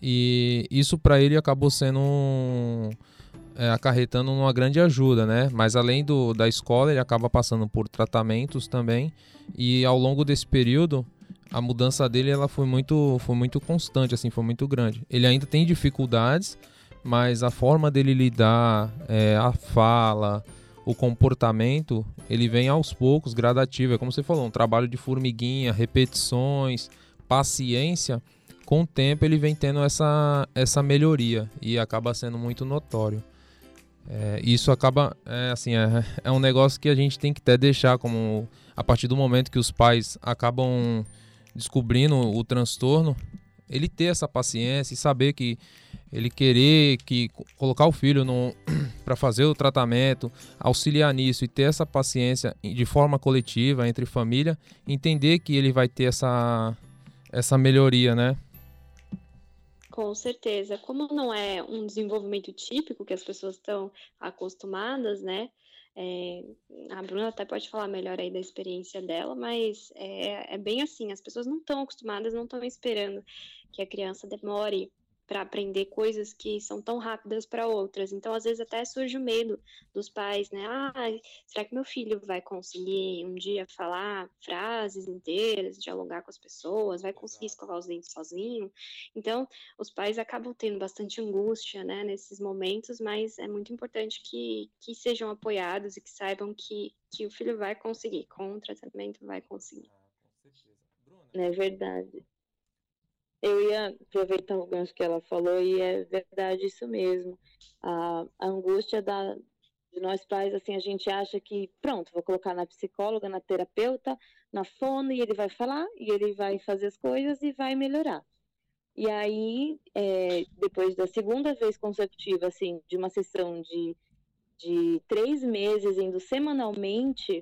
e isso para ele acabou sendo acarretando uma grande ajuda, né? Mas além da escola, ele acaba passando por tratamentos também, e ao longo desse período a mudança dele foi muito constante, assim, foi muito grande. Ele ainda tem dificuldades, mas a forma dele lidar, a fala, o comportamento, ele vem aos poucos, gradativo. É como você falou, um trabalho de formiguinha, repetições, paciência. Com o tempo ele vem tendo essa melhoria e acaba sendo muito notório. Isso acaba, é um negócio que a gente tem que até deixar como, a partir do momento que os pais acabam descobrindo o transtorno, ele ter essa paciência e saber que ele querer colocar o filho para fazer o tratamento, auxiliar nisso e ter essa paciência de forma coletiva entre família, entender que ele vai ter essa melhoria, né? Com certeza. Como não é um desenvolvimento típico que as pessoas estão acostumadas, né? A Bruna até pode falar melhor aí da experiência dela, mas é bem assim, as pessoas não estão acostumadas, não estão esperando que a criança demore para aprender coisas que são tão rápidas para outras. Então, às vezes, até surge o medo dos pais, né? Será que meu filho vai conseguir um dia falar frases inteiras, dialogar com as pessoas, vai conseguir escovar os dentes sozinho? Então, os pais acabam tendo bastante angústia, né, nesses momentos, mas é muito importante que sejam apoiados e que saibam que o filho vai conseguir, com o tratamento vai conseguir. É verdade. Eu ia aproveitar o gancho que ela falou e é verdade isso mesmo. A angústia de nós pais, assim, a gente acha que, pronto, vou colocar na psicóloga, na terapeuta, na fono, e ele vai falar, e ele vai fazer as coisas e vai melhorar. E aí, depois da segunda vez consecutiva, assim, de uma sessão de 3 meses, indo semanalmente,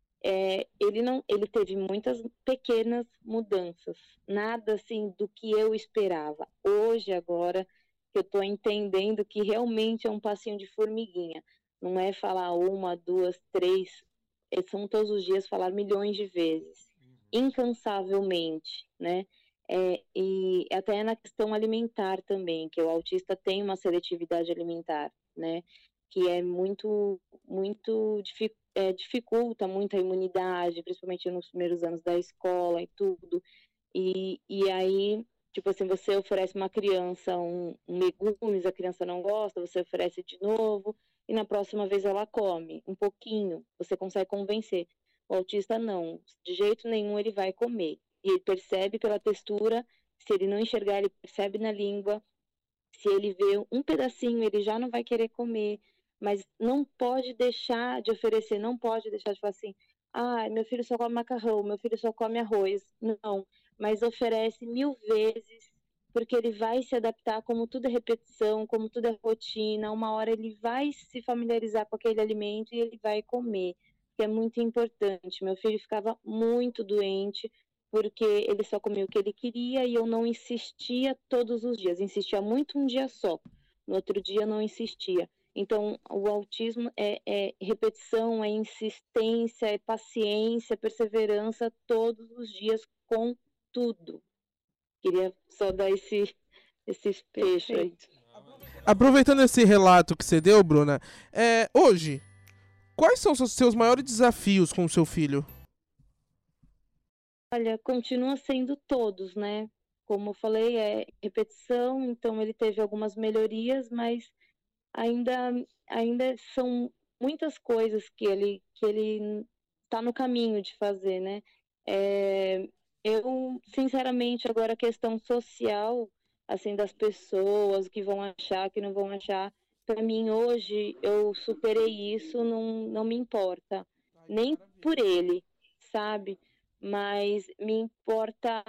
ele teve muitas pequenas mudanças, nada assim do que eu esperava. Hoje, agora, que eu estou entendendo que realmente é um passinho de formiguinha, não é falar 1, 2, 3, são todos os dias falar milhões de vezes, incansavelmente, né? E até na questão alimentar também, que o autista tem uma seletividade alimentar, né? Que é muito dificulta muito a imunidade, principalmente nos primeiros anos da escola e tudo. E aí, tipo assim, você oferece uma criança um legumes, a criança não gosta, você oferece de novo, e na próxima vez ela come um pouquinho, você consegue convencer. O autista não, de jeito nenhum ele vai comer. E ele percebe pela textura, se ele não enxergar, ele percebe na língua, se ele vê um pedacinho, ele já não vai querer comer. Mas não pode deixar de oferecer, não pode deixar de falar assim, meu filho só come macarrão, meu filho só come arroz. Não, mas oferece 1000 vezes, porque ele vai se adaptar, como tudo é repetição, como tudo é rotina, uma hora ele vai se familiarizar com aquele alimento e ele vai comer, que é muito importante. Meu filho ficava muito doente, porque ele só comia o que ele queria e eu não insistia todos os dias, insistia muito um dia só, no outro dia não insistia. Então, o autismo é repetição, é insistência, é paciência, perseverança todos os dias com tudo. Queria só dar esse despejo aí. Aproveitando esse relato que você deu, Bruna, hoje, quais são os seus maiores desafios com o seu filho? Olha, continua sendo todos, né? Como eu falei, é repetição, então ele teve algumas melhorias, mas ainda são muitas coisas que ele está no caminho de fazer, né? Eu, sinceramente, agora a questão social, assim, das pessoas, o que vão achar, o que não vão achar, para mim hoje eu superei isso, não me importa, nem por ele, sabe? Mas me importa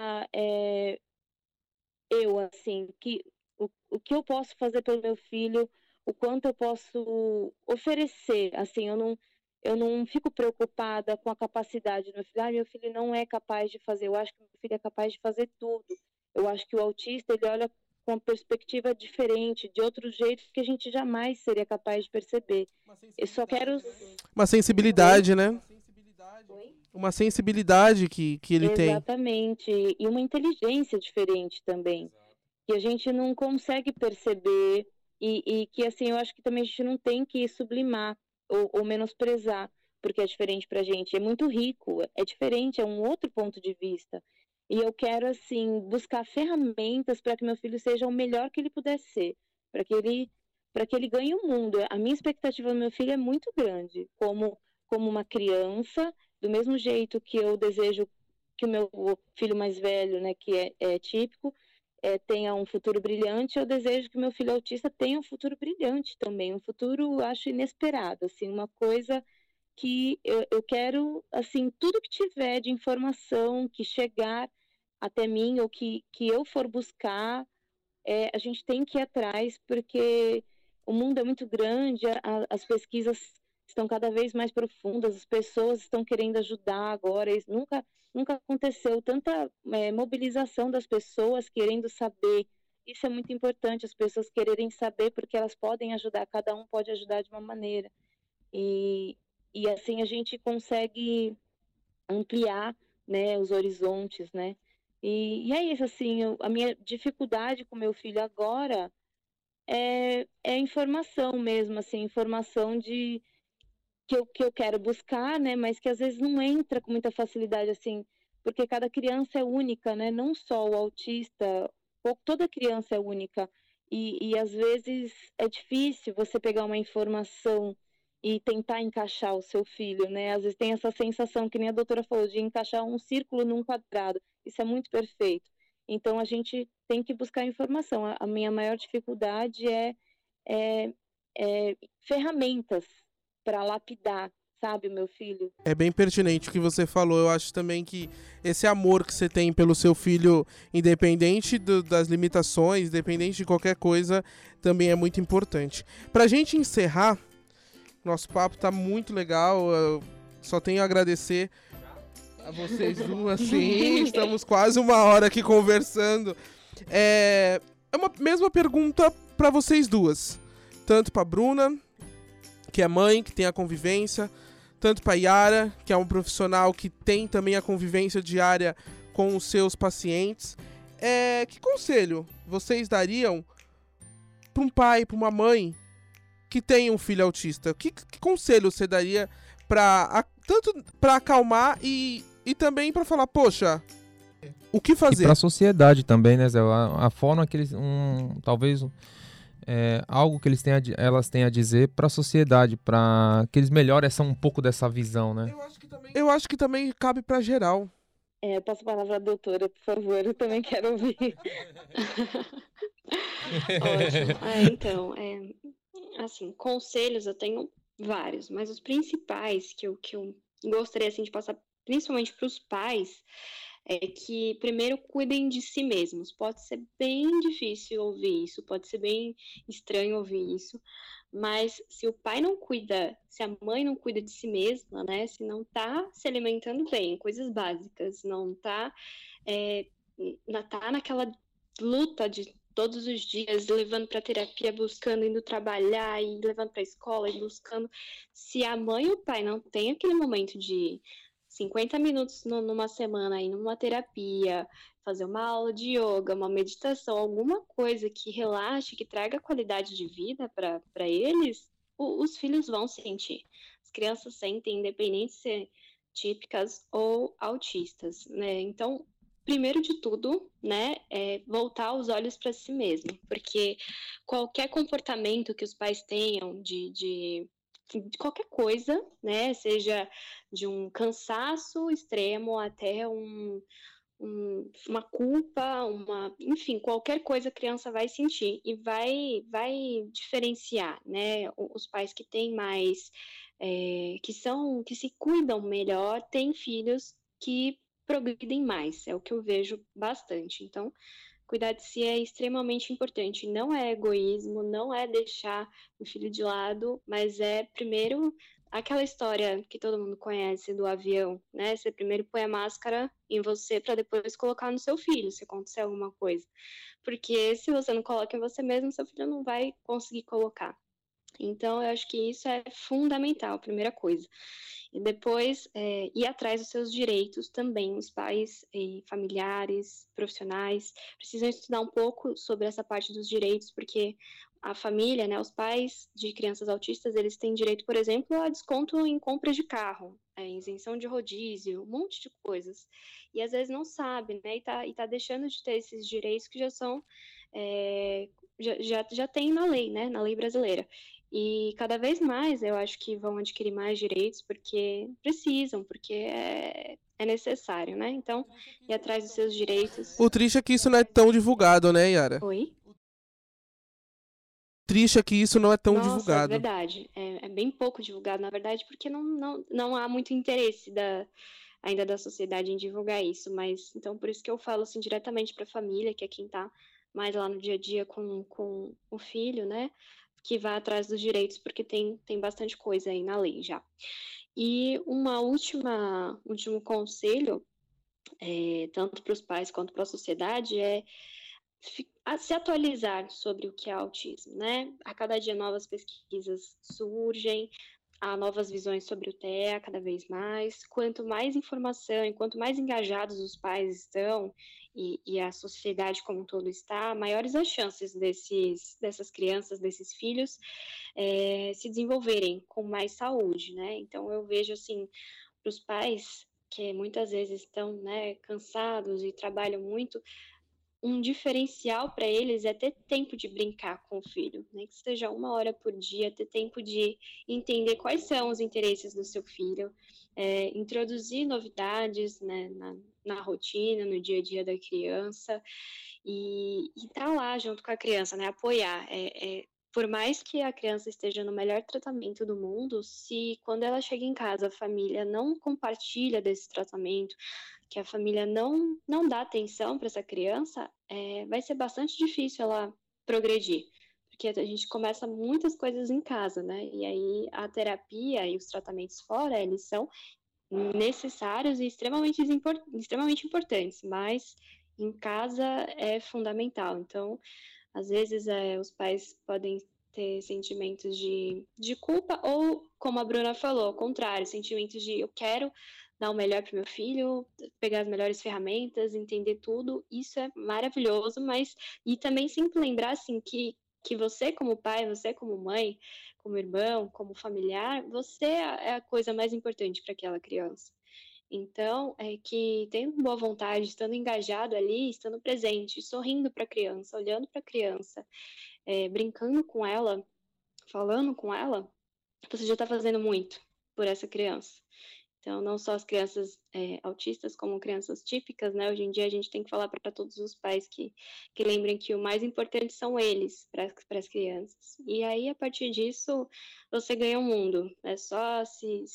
eu, assim, o que eu posso fazer pelo meu filho, o quanto eu posso oferecer, assim, eu não fico preocupada com a capacidade do meu filho. Meu filho não é capaz de fazer, eu acho que meu filho é capaz de fazer tudo. Eu acho que o autista, ele olha com uma perspectiva diferente, de outro jeito que a gente jamais seria capaz de perceber. Eu só quero... Uma sensibilidade, né? Uma sensibilidade que ele tem. Exatamente, e uma inteligência diferente também, que a gente não consegue perceber e que, assim, eu acho que também a gente não tem que sublimar ou menosprezar, porque é diferente pra gente, é muito rico, é diferente, é um outro ponto de vista. E eu quero, assim, buscar ferramentas para que meu filho seja o melhor que ele puder ser, para que ele ganhe o mundo. A minha expectativa do meu filho é muito grande, como uma criança, do mesmo jeito que eu desejo que o meu filho mais velho, né, que é típico, tenha um futuro brilhante, eu desejo que meu filho autista tenha um futuro brilhante também, um futuro, acho, inesperado, assim, uma coisa que eu quero, assim, tudo que tiver de informação, que chegar até mim, ou que eu for buscar, a gente tem que ir atrás, porque o mundo é muito grande, as pesquisas estão cada vez mais profundas, as pessoas estão querendo ajudar agora, isso nunca aconteceu tanta mobilização das pessoas querendo saber. Isso é muito importante, as pessoas quererem saber, porque elas podem ajudar, cada um pode ajudar de uma maneira. E assim a gente consegue ampliar, né, os horizontes, né? E é isso, assim, a minha dificuldade com meu filho agora é informação mesmo, assim, informação que eu quero buscar, né, mas que às vezes não entra com muita facilidade, assim, porque cada criança é única, né, não só o autista, toda criança é única, e às vezes é difícil você pegar uma informação e tentar encaixar o seu filho, né, às vezes tem essa sensação, que nem a doutora falou, de encaixar um círculo num quadrado, isso é muito perfeito, então a gente tem que buscar informação, a minha maior dificuldade é ferramentas para lapidar, sabe, o meu filho. É bem pertinente o que você falou. Eu acho também que esse amor que você tem pelo seu filho, independente das limitações, independente de qualquer coisa, também é muito importante. Pra gente encerrar, nosso papo tá muito legal. Eu só tenho a agradecer a vocês duas, sim. Estamos quase 1 hora aqui conversando. É uma mesma pergunta pra vocês duas. Tanto pra Bruna, que é mãe, que tem a convivência, tanto para Yara, que é um profissional que tem também a convivência diária com os seus pacientes. Que conselho vocês dariam para um pai, para uma mãe que tem um filho autista? Que conselho você daria tanto para acalmar e também para falar, poxa, o que fazer? E para a sociedade também, né, Zé? A forma que eles... talvez... algo que elas têm a dizer para a sociedade, para que eles melhorem um pouco dessa visão, né? Eu acho que também cabe para geral. Eu passo a palavra à doutora, por favor, eu também quero ouvir. Ótimo. Então, assim, conselhos eu tenho vários, mas os principais que eu gostaria assim, de passar, principalmente para os pais, é que primeiro cuidem de si mesmos. Pode ser bem difícil ouvir isso, pode ser bem estranho ouvir isso, mas se o pai não cuida, se a mãe não cuida de si mesma, né, se não tá se alimentando bem, coisas básicas, não tá, tá naquela luta de todos os dias, levando para terapia, buscando, indo trabalhar, e levando para a escola, e buscando, se a mãe e o pai não têm aquele momento de 50 minutos numa semana aí numa terapia, fazer uma aula de yoga, uma meditação, alguma coisa que relaxe, que traga qualidade de vida para eles, os filhos vão sentir. As crianças sentem, independente de ser típicas ou autistas, né? Então, primeiro de tudo, né, é voltar os olhos para si mesmo, porque qualquer comportamento que os pais tenham de qualquer coisa, né, seja de um cansaço extremo até uma culpa, enfim, qualquer coisa a criança vai sentir e vai diferenciar, né, os pais que têm mais, que se cuidam melhor, têm filhos que progridem mais, é o que eu vejo bastante. Então, cuidar de si é extremamente importante. Não é egoísmo, não é deixar o filho de lado, mas é primeiro aquela história que todo mundo conhece do avião, né? Você primeiro põe a máscara em você para depois colocar no seu filho, se acontecer alguma coisa. Porque se você não coloca em você mesmo, seu filho não vai conseguir colocar. Então, eu acho que isso é fundamental, primeira coisa. E depois, ir atrás dos seus direitos também. Os pais e familiares, profissionais, precisam estudar um pouco sobre essa parte dos direitos, porque a família, né, os pais de crianças autistas, eles têm direito, por exemplo, a desconto em compra de carro, isenção de rodízio, um monte de coisas. E às vezes não sabe, né, e tá deixando de ter esses direitos que já são... já tem na lei, né, na lei brasileira. E cada vez mais eu acho que vão adquirir mais direitos porque precisam, porque é necessário, né? Então, ir atrás dos seus direitos. O triste é que isso não é tão divulgado, né, Yara? Oi? O triste é que isso não é tão Nossa, divulgado. É verdade. É bem pouco divulgado, na verdade, porque não há muito interesse ainda da sociedade em divulgar isso, mas então por isso que eu falo assim diretamente para a família, que é quem está mais lá no dia a dia com o filho, né, que vá atrás dos direitos, porque tem bastante coisa aí na lei já. E último conselho, tanto para os pais quanto para a sociedade, é se atualizar sobre o que é autismo, né? A cada dia novas pesquisas surgem, há novas visões sobre o TEA cada vez mais. Quanto mais informação e quanto mais engajados os pais estão e a sociedade como um todo está, maiores as chances dessas crianças, desses filhos, se desenvolverem com mais saúde, né? Então eu vejo assim, para os pais que muitas vezes estão, né, cansados e trabalham muito, um diferencial para eles é ter tempo de brincar com o filho, né? Que seja 1 hora por dia, ter tempo de entender quais são os interesses do seu filho, introduzir novidades, né, na rotina, no dia a dia da criança, e estar lá junto com a criança, né? Apoiar. Por mais que a criança esteja no melhor tratamento do mundo, se quando ela chega em casa a família não compartilha desse tratamento, que a família não dá atenção para essa criança, vai ser bastante difícil ela progredir, porque a gente começa muitas coisas em casa, né? E aí a terapia e os tratamentos fora, eles são necessários e extremamente importantes, mas em casa é fundamental. Então, às vezes os pais podem ter sentimentos de culpa ou, como a Bruna falou, ao contrário, sentimentos de eu quero dar o melhor para o meu filho, pegar as melhores ferramentas, entender tudo, isso é maravilhoso, mas e também sempre lembrar assim que você como pai, você como mãe, como irmão, como familiar, você é a coisa mais importante para aquela criança. Então, que tendo boa vontade, estando engajado ali, estando presente, sorrindo para a criança, olhando para a criança, brincando com ela, falando com ela, você já está fazendo muito por essa criança. Então, não só as crianças autistas, como crianças típicas, né? Hoje em dia a gente tem que falar para todos os pais que lembrem que o mais importante são eles para as crianças. E aí, a partir disso, você ganha o mundo. É só se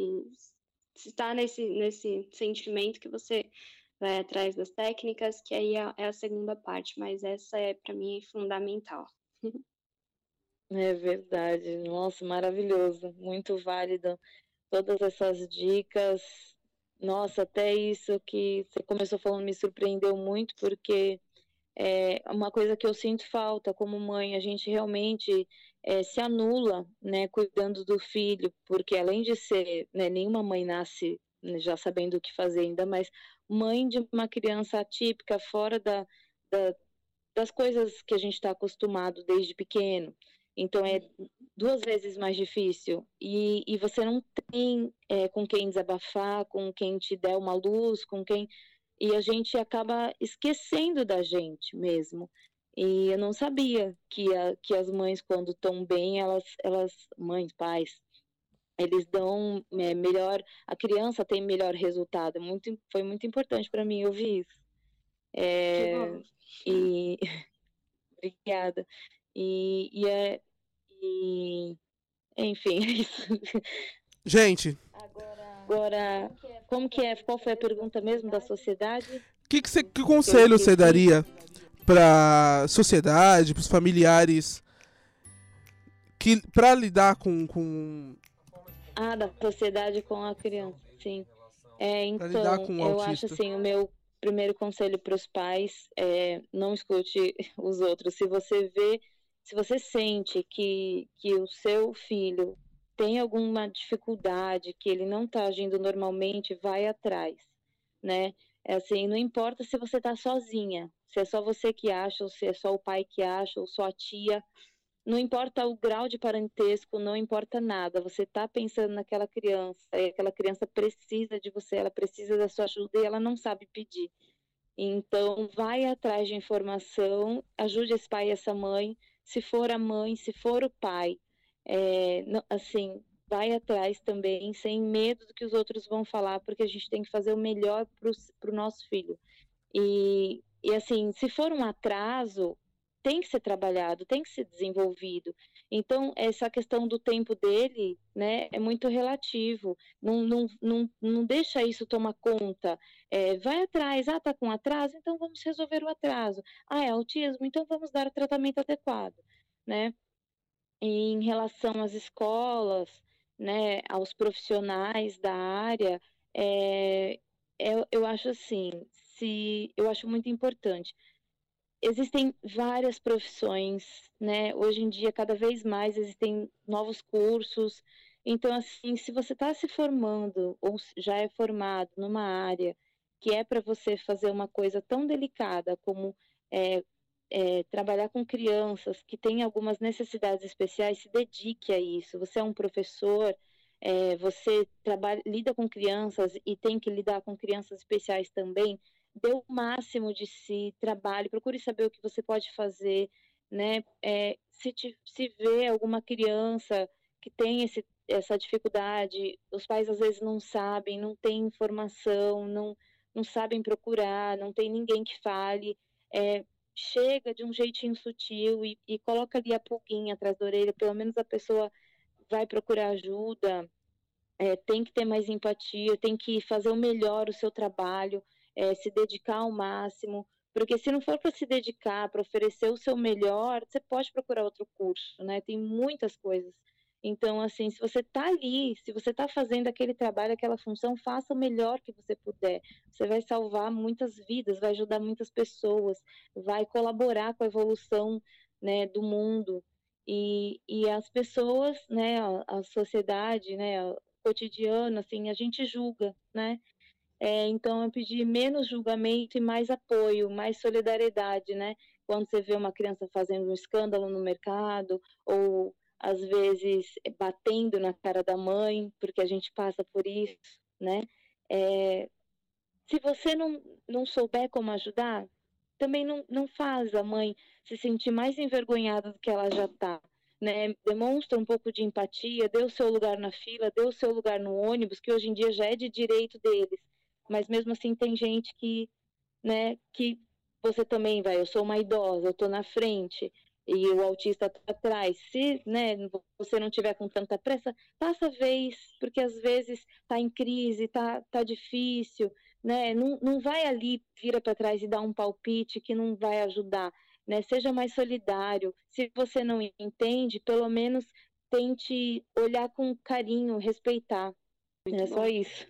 está nesse sentimento que você vai atrás das técnicas, que aí é a segunda parte, mas essa para mim, fundamental. É verdade. Nossa, maravilhoso. Muito válido. Todas essas dicas. Nossa, até isso que você começou falando me surpreendeu muito, porque é uma coisa que eu sinto falta como mãe. A gente realmente se anula, né, cuidando do filho, porque além de ser, né, nenhuma mãe nasce já sabendo o que fazer, ainda mais mãe de uma criança atípica, fora das coisas que a gente está acostumado desde pequeno. Então é 2 vezes mais difícil e você não tem com quem desabafar, com quem te der uma luz, com quem... E a gente acaba esquecendo da gente mesmo. E eu não sabia que as mães, quando estão bem, elas, mães, pais, eles dão melhor, a criança tem melhor resultado. Foi muito importante para mim ouvir isso. Que bom. E obrigada. Enfim, é isso. Gente, agora, como que é? Qual foi a pergunta mesmo da sociedade? Que conselho você daria para sociedade, para os familiares, para lidar com da sociedade com a criança, sim. Pra lidar Então, com o eu autista. acho assim, o meu primeiro conselho para os pais é não escute os outros. Se você sente que o seu filho tem alguma dificuldade, que ele não está agindo normalmente, vai atrás, né? Assim, não importa se você está sozinha, se é só você que acha, ou se é só o pai que acha, ou só a tia, não importa o grau de parentesco, não importa nada, você está pensando naquela criança, e aquela criança precisa de você, ela precisa da sua ajuda e ela não sabe pedir. Então, vai atrás de informação, ajude esse pai e essa mãe, se for a mãe, se for o pai, assim, vai atrás também, sem medo do que os outros vão falar, porque a gente tem que fazer o melhor para o nosso filho. E assim, se for um atraso, tem que ser trabalhado, tem que ser desenvolvido. Então, essa questão do tempo dele, né, é muito relativo. Não deixa isso tomar conta. Vai atrás, tá com atraso, então vamos resolver o atraso. É autismo, então vamos dar o tratamento adequado, né? E em relação às escolas, né, aos profissionais da área, eu acho assim, eu acho muito importante. Existem várias profissões, né? Hoje em dia, cada vez mais existem novos cursos. Então, assim, se você está se formando ou já é formado numa área que é para você fazer uma coisa tão delicada como trabalhar com crianças que têm algumas necessidades especiais, se dedique a isso. Você é um professor, você lida com crianças e tem que lidar com crianças especiais também. Dê o máximo de si, trabalhe, procure saber o que você pode fazer, né? Se vê alguma criança que tem essa dificuldade, os pais às vezes não sabem, não têm informação, não sabem procurar, não tem ninguém que fale, chega de um jeitinho sutil e coloca ali a pulguinha atrás da orelha, pelo menos a pessoa vai procurar ajuda, tem que ter mais empatia, tem que fazer o melhor o seu trabalho, se dedicar ao máximo, porque se não for para se dedicar, para oferecer o seu melhor, você pode procurar outro curso, né? Tem muitas coisas. Então, assim, se você está ali, se você está fazendo aquele trabalho, aquela função, faça o melhor que você puder. Você vai salvar muitas vidas, vai ajudar muitas pessoas, vai colaborar com a evolução, né, do mundo. E as pessoas, né, a sociedade, né, o cotidiano, assim, a gente julga, né? Então, eu pedi menos julgamento e mais apoio, mais solidariedade, né? Quando você vê uma criança fazendo um escândalo no mercado, ou às vezes batendo na cara da mãe, porque a gente passa por isso, né? Se você não souber como ajudar, também não faz a mãe se sentir mais envergonhada do que ela já está. Né? Demonstra um pouco de empatia, dê o seu lugar na fila, dê o seu lugar no ônibus, que hoje em dia já é de direito deles. Mas mesmo assim tem gente que, né, que você também vai, eu sou uma idosa, eu estou na frente e o autista está atrás. Se, né, você não tiver com tanta pressa, passa a vez, porque às vezes está em crise, tá difícil, né? Não vai ali, vira para trás e dá um palpite que não vai ajudar, né? Seja mais solidário. Se você não entende, pelo menos tente olhar com carinho, respeitar. É só isso.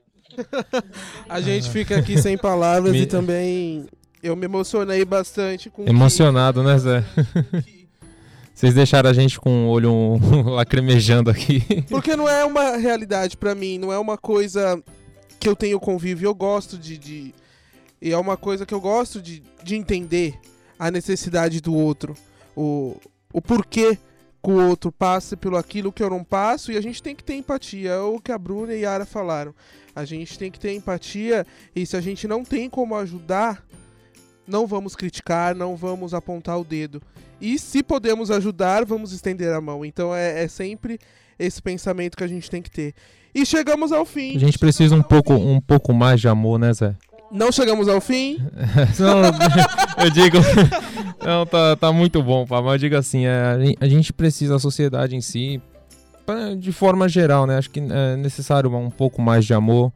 A gente fica aqui sem palavras e também eu me emocionei bastante com emocionado, né, Zé? Vocês deixaram a gente com o olho lacrimejando aqui. Porque não é uma realidade pra mim, não é uma coisa que eu tenho convívio, eu gosto e é uma coisa que eu gosto de entender a necessidade do outro, o porquê que o outro passa pelo aquilo que eu não passo, e a gente tem que ter empatia, é o que a Bruna e a Yara falaram. A gente tem que ter empatia, e se a gente não tem como ajudar, não vamos criticar, não vamos apontar o dedo. E se podemos ajudar, vamos estender a mão. Então é sempre esse pensamento que a gente tem que ter. E chegamos ao fim. A gente precisa um pouco mais de amor, né, Zé? Não chegamos ao fim? Não, eu digo... Não, tá muito bom, pá, mas eu digo assim, a gente precisa, a sociedade em si, de forma geral, né? Acho que é necessário um pouco mais de amor.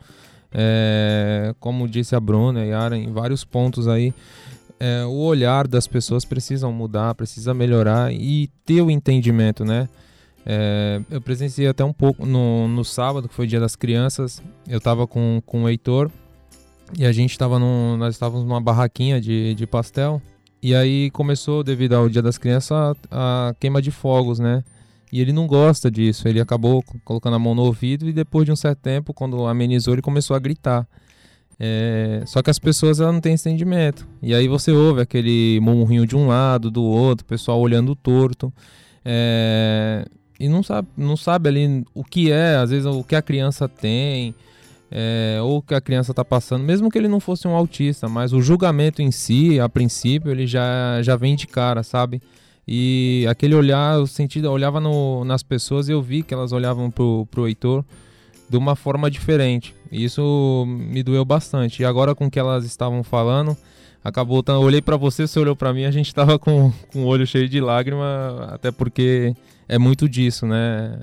Como disse a Bruna e a Yara, em vários pontos aí, o olhar das pessoas precisa mudar, precisa melhorar e ter o entendimento, né? Eu presenciei até um pouco no sábado, que foi o Dia das Crianças. Eu tava com o Heitor e a gente nós estávamos numa barraquinha de pastel. E aí começou, devido ao Dia das Crianças, a queima de fogos, né? E ele não gosta disso, ele acabou colocando a mão no ouvido e depois de um certo tempo, quando amenizou, ele começou a gritar. Só que as pessoas não têm entendimento. E aí você ouve aquele murmurinho de um lado, do outro, o pessoal olhando torto. E não sabe ali o que às vezes o que a criança tem, ou o que a criança está passando, mesmo que ele não fosse um autista, mas o julgamento em si, a princípio, ele já vem de cara, sabe? E aquele olhar, eu olhava nas pessoas e eu vi que elas olhavam pro Heitor de uma forma diferente. E isso me doeu bastante. E agora com o que elas estavam falando, acabou, eu olhei pra você olhou pra mim, a gente tava com o olho cheio de lágrima, até porque é muito disso, né?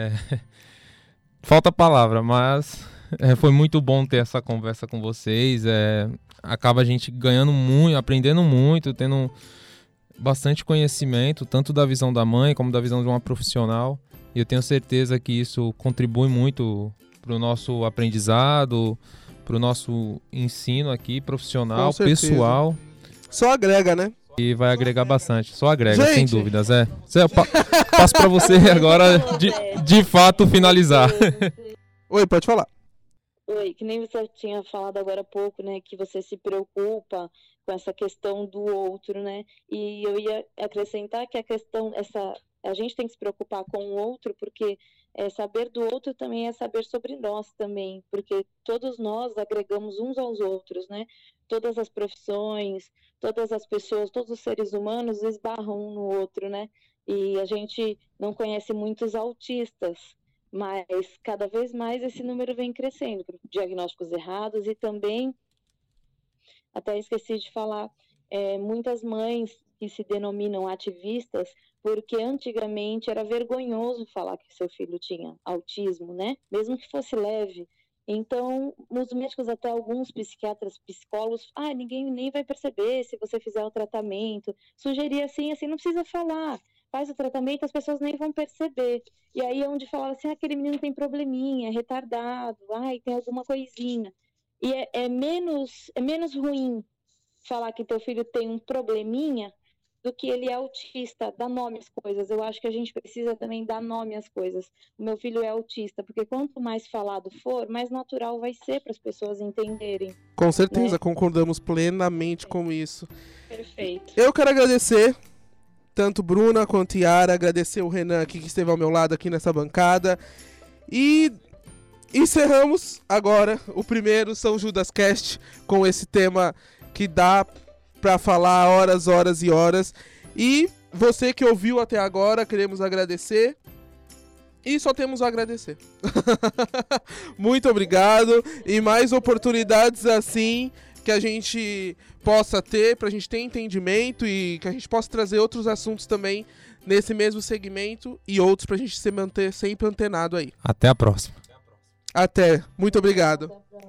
Falta palavra, mas foi muito bom ter essa conversa com vocês, acaba a gente ganhando muito, aprendendo muito, tendo bastante conhecimento, tanto da visão da mãe como da visão de uma profissional, e eu tenho certeza que isso contribui muito pro nosso aprendizado, pro nosso ensino aqui, profissional, pessoal. Só agrega, né? E vai agregar bastante, só agrega, Gente. sem dúvidas, Zé, eu passo pra você agora, de fato, finalizar. Oi, pode falar. Oi, que nem você tinha falado agora há pouco, né, que você se preocupa com essa questão do outro, né, e eu ia acrescentar que a gente tem que se preocupar com o outro, porque saber do outro também é saber sobre nós também, porque todos nós agregamos uns aos outros, né, todas as profissões, todas as pessoas, todos os seres humanos esbarram um no outro, né, e a gente não conhece muitos autistas, mas cada vez mais esse número vem crescendo, por diagnósticos errados e também, até esqueci de falar, muitas mães que se denominam ativistas, porque antigamente era vergonhoso falar que seu filho tinha autismo, né? Mesmo que fosse leve. Então, os médicos, até alguns psiquiatras, psicólogos, ninguém nem vai perceber se você fizer o tratamento. Sugeria assim, não precisa falar. Faz o tratamento, as pessoas nem vão perceber. E aí é onde falava assim, aquele menino tem probleminha, é retardado, tem alguma coisinha. E é menos ruim falar que teu filho tem um probleminha do que ele é autista, dar nome às coisas. Eu acho que a gente precisa também dar nome às coisas. O meu filho é autista, porque quanto mais falado for, mais natural vai ser para as pessoas entenderem. Com certeza, né? Concordamos plenamente com isso. Perfeito. Eu quero agradecer tanto Bruna quanto Yara, agradecer o Renan aqui que esteve ao meu lado aqui nessa bancada. E encerramos agora o primeiro São Judas Cast com esse tema que dá pra falar horas e horas. E você que ouviu até agora, queremos agradecer. E só temos a agradecer. Muito obrigado. E mais oportunidades assim que a gente possa ter, pra gente ter entendimento e que a gente possa trazer outros assuntos também nesse mesmo segmento e outros pra gente se manter sempre antenado aí. Até a próxima. Até. Muito obrigado.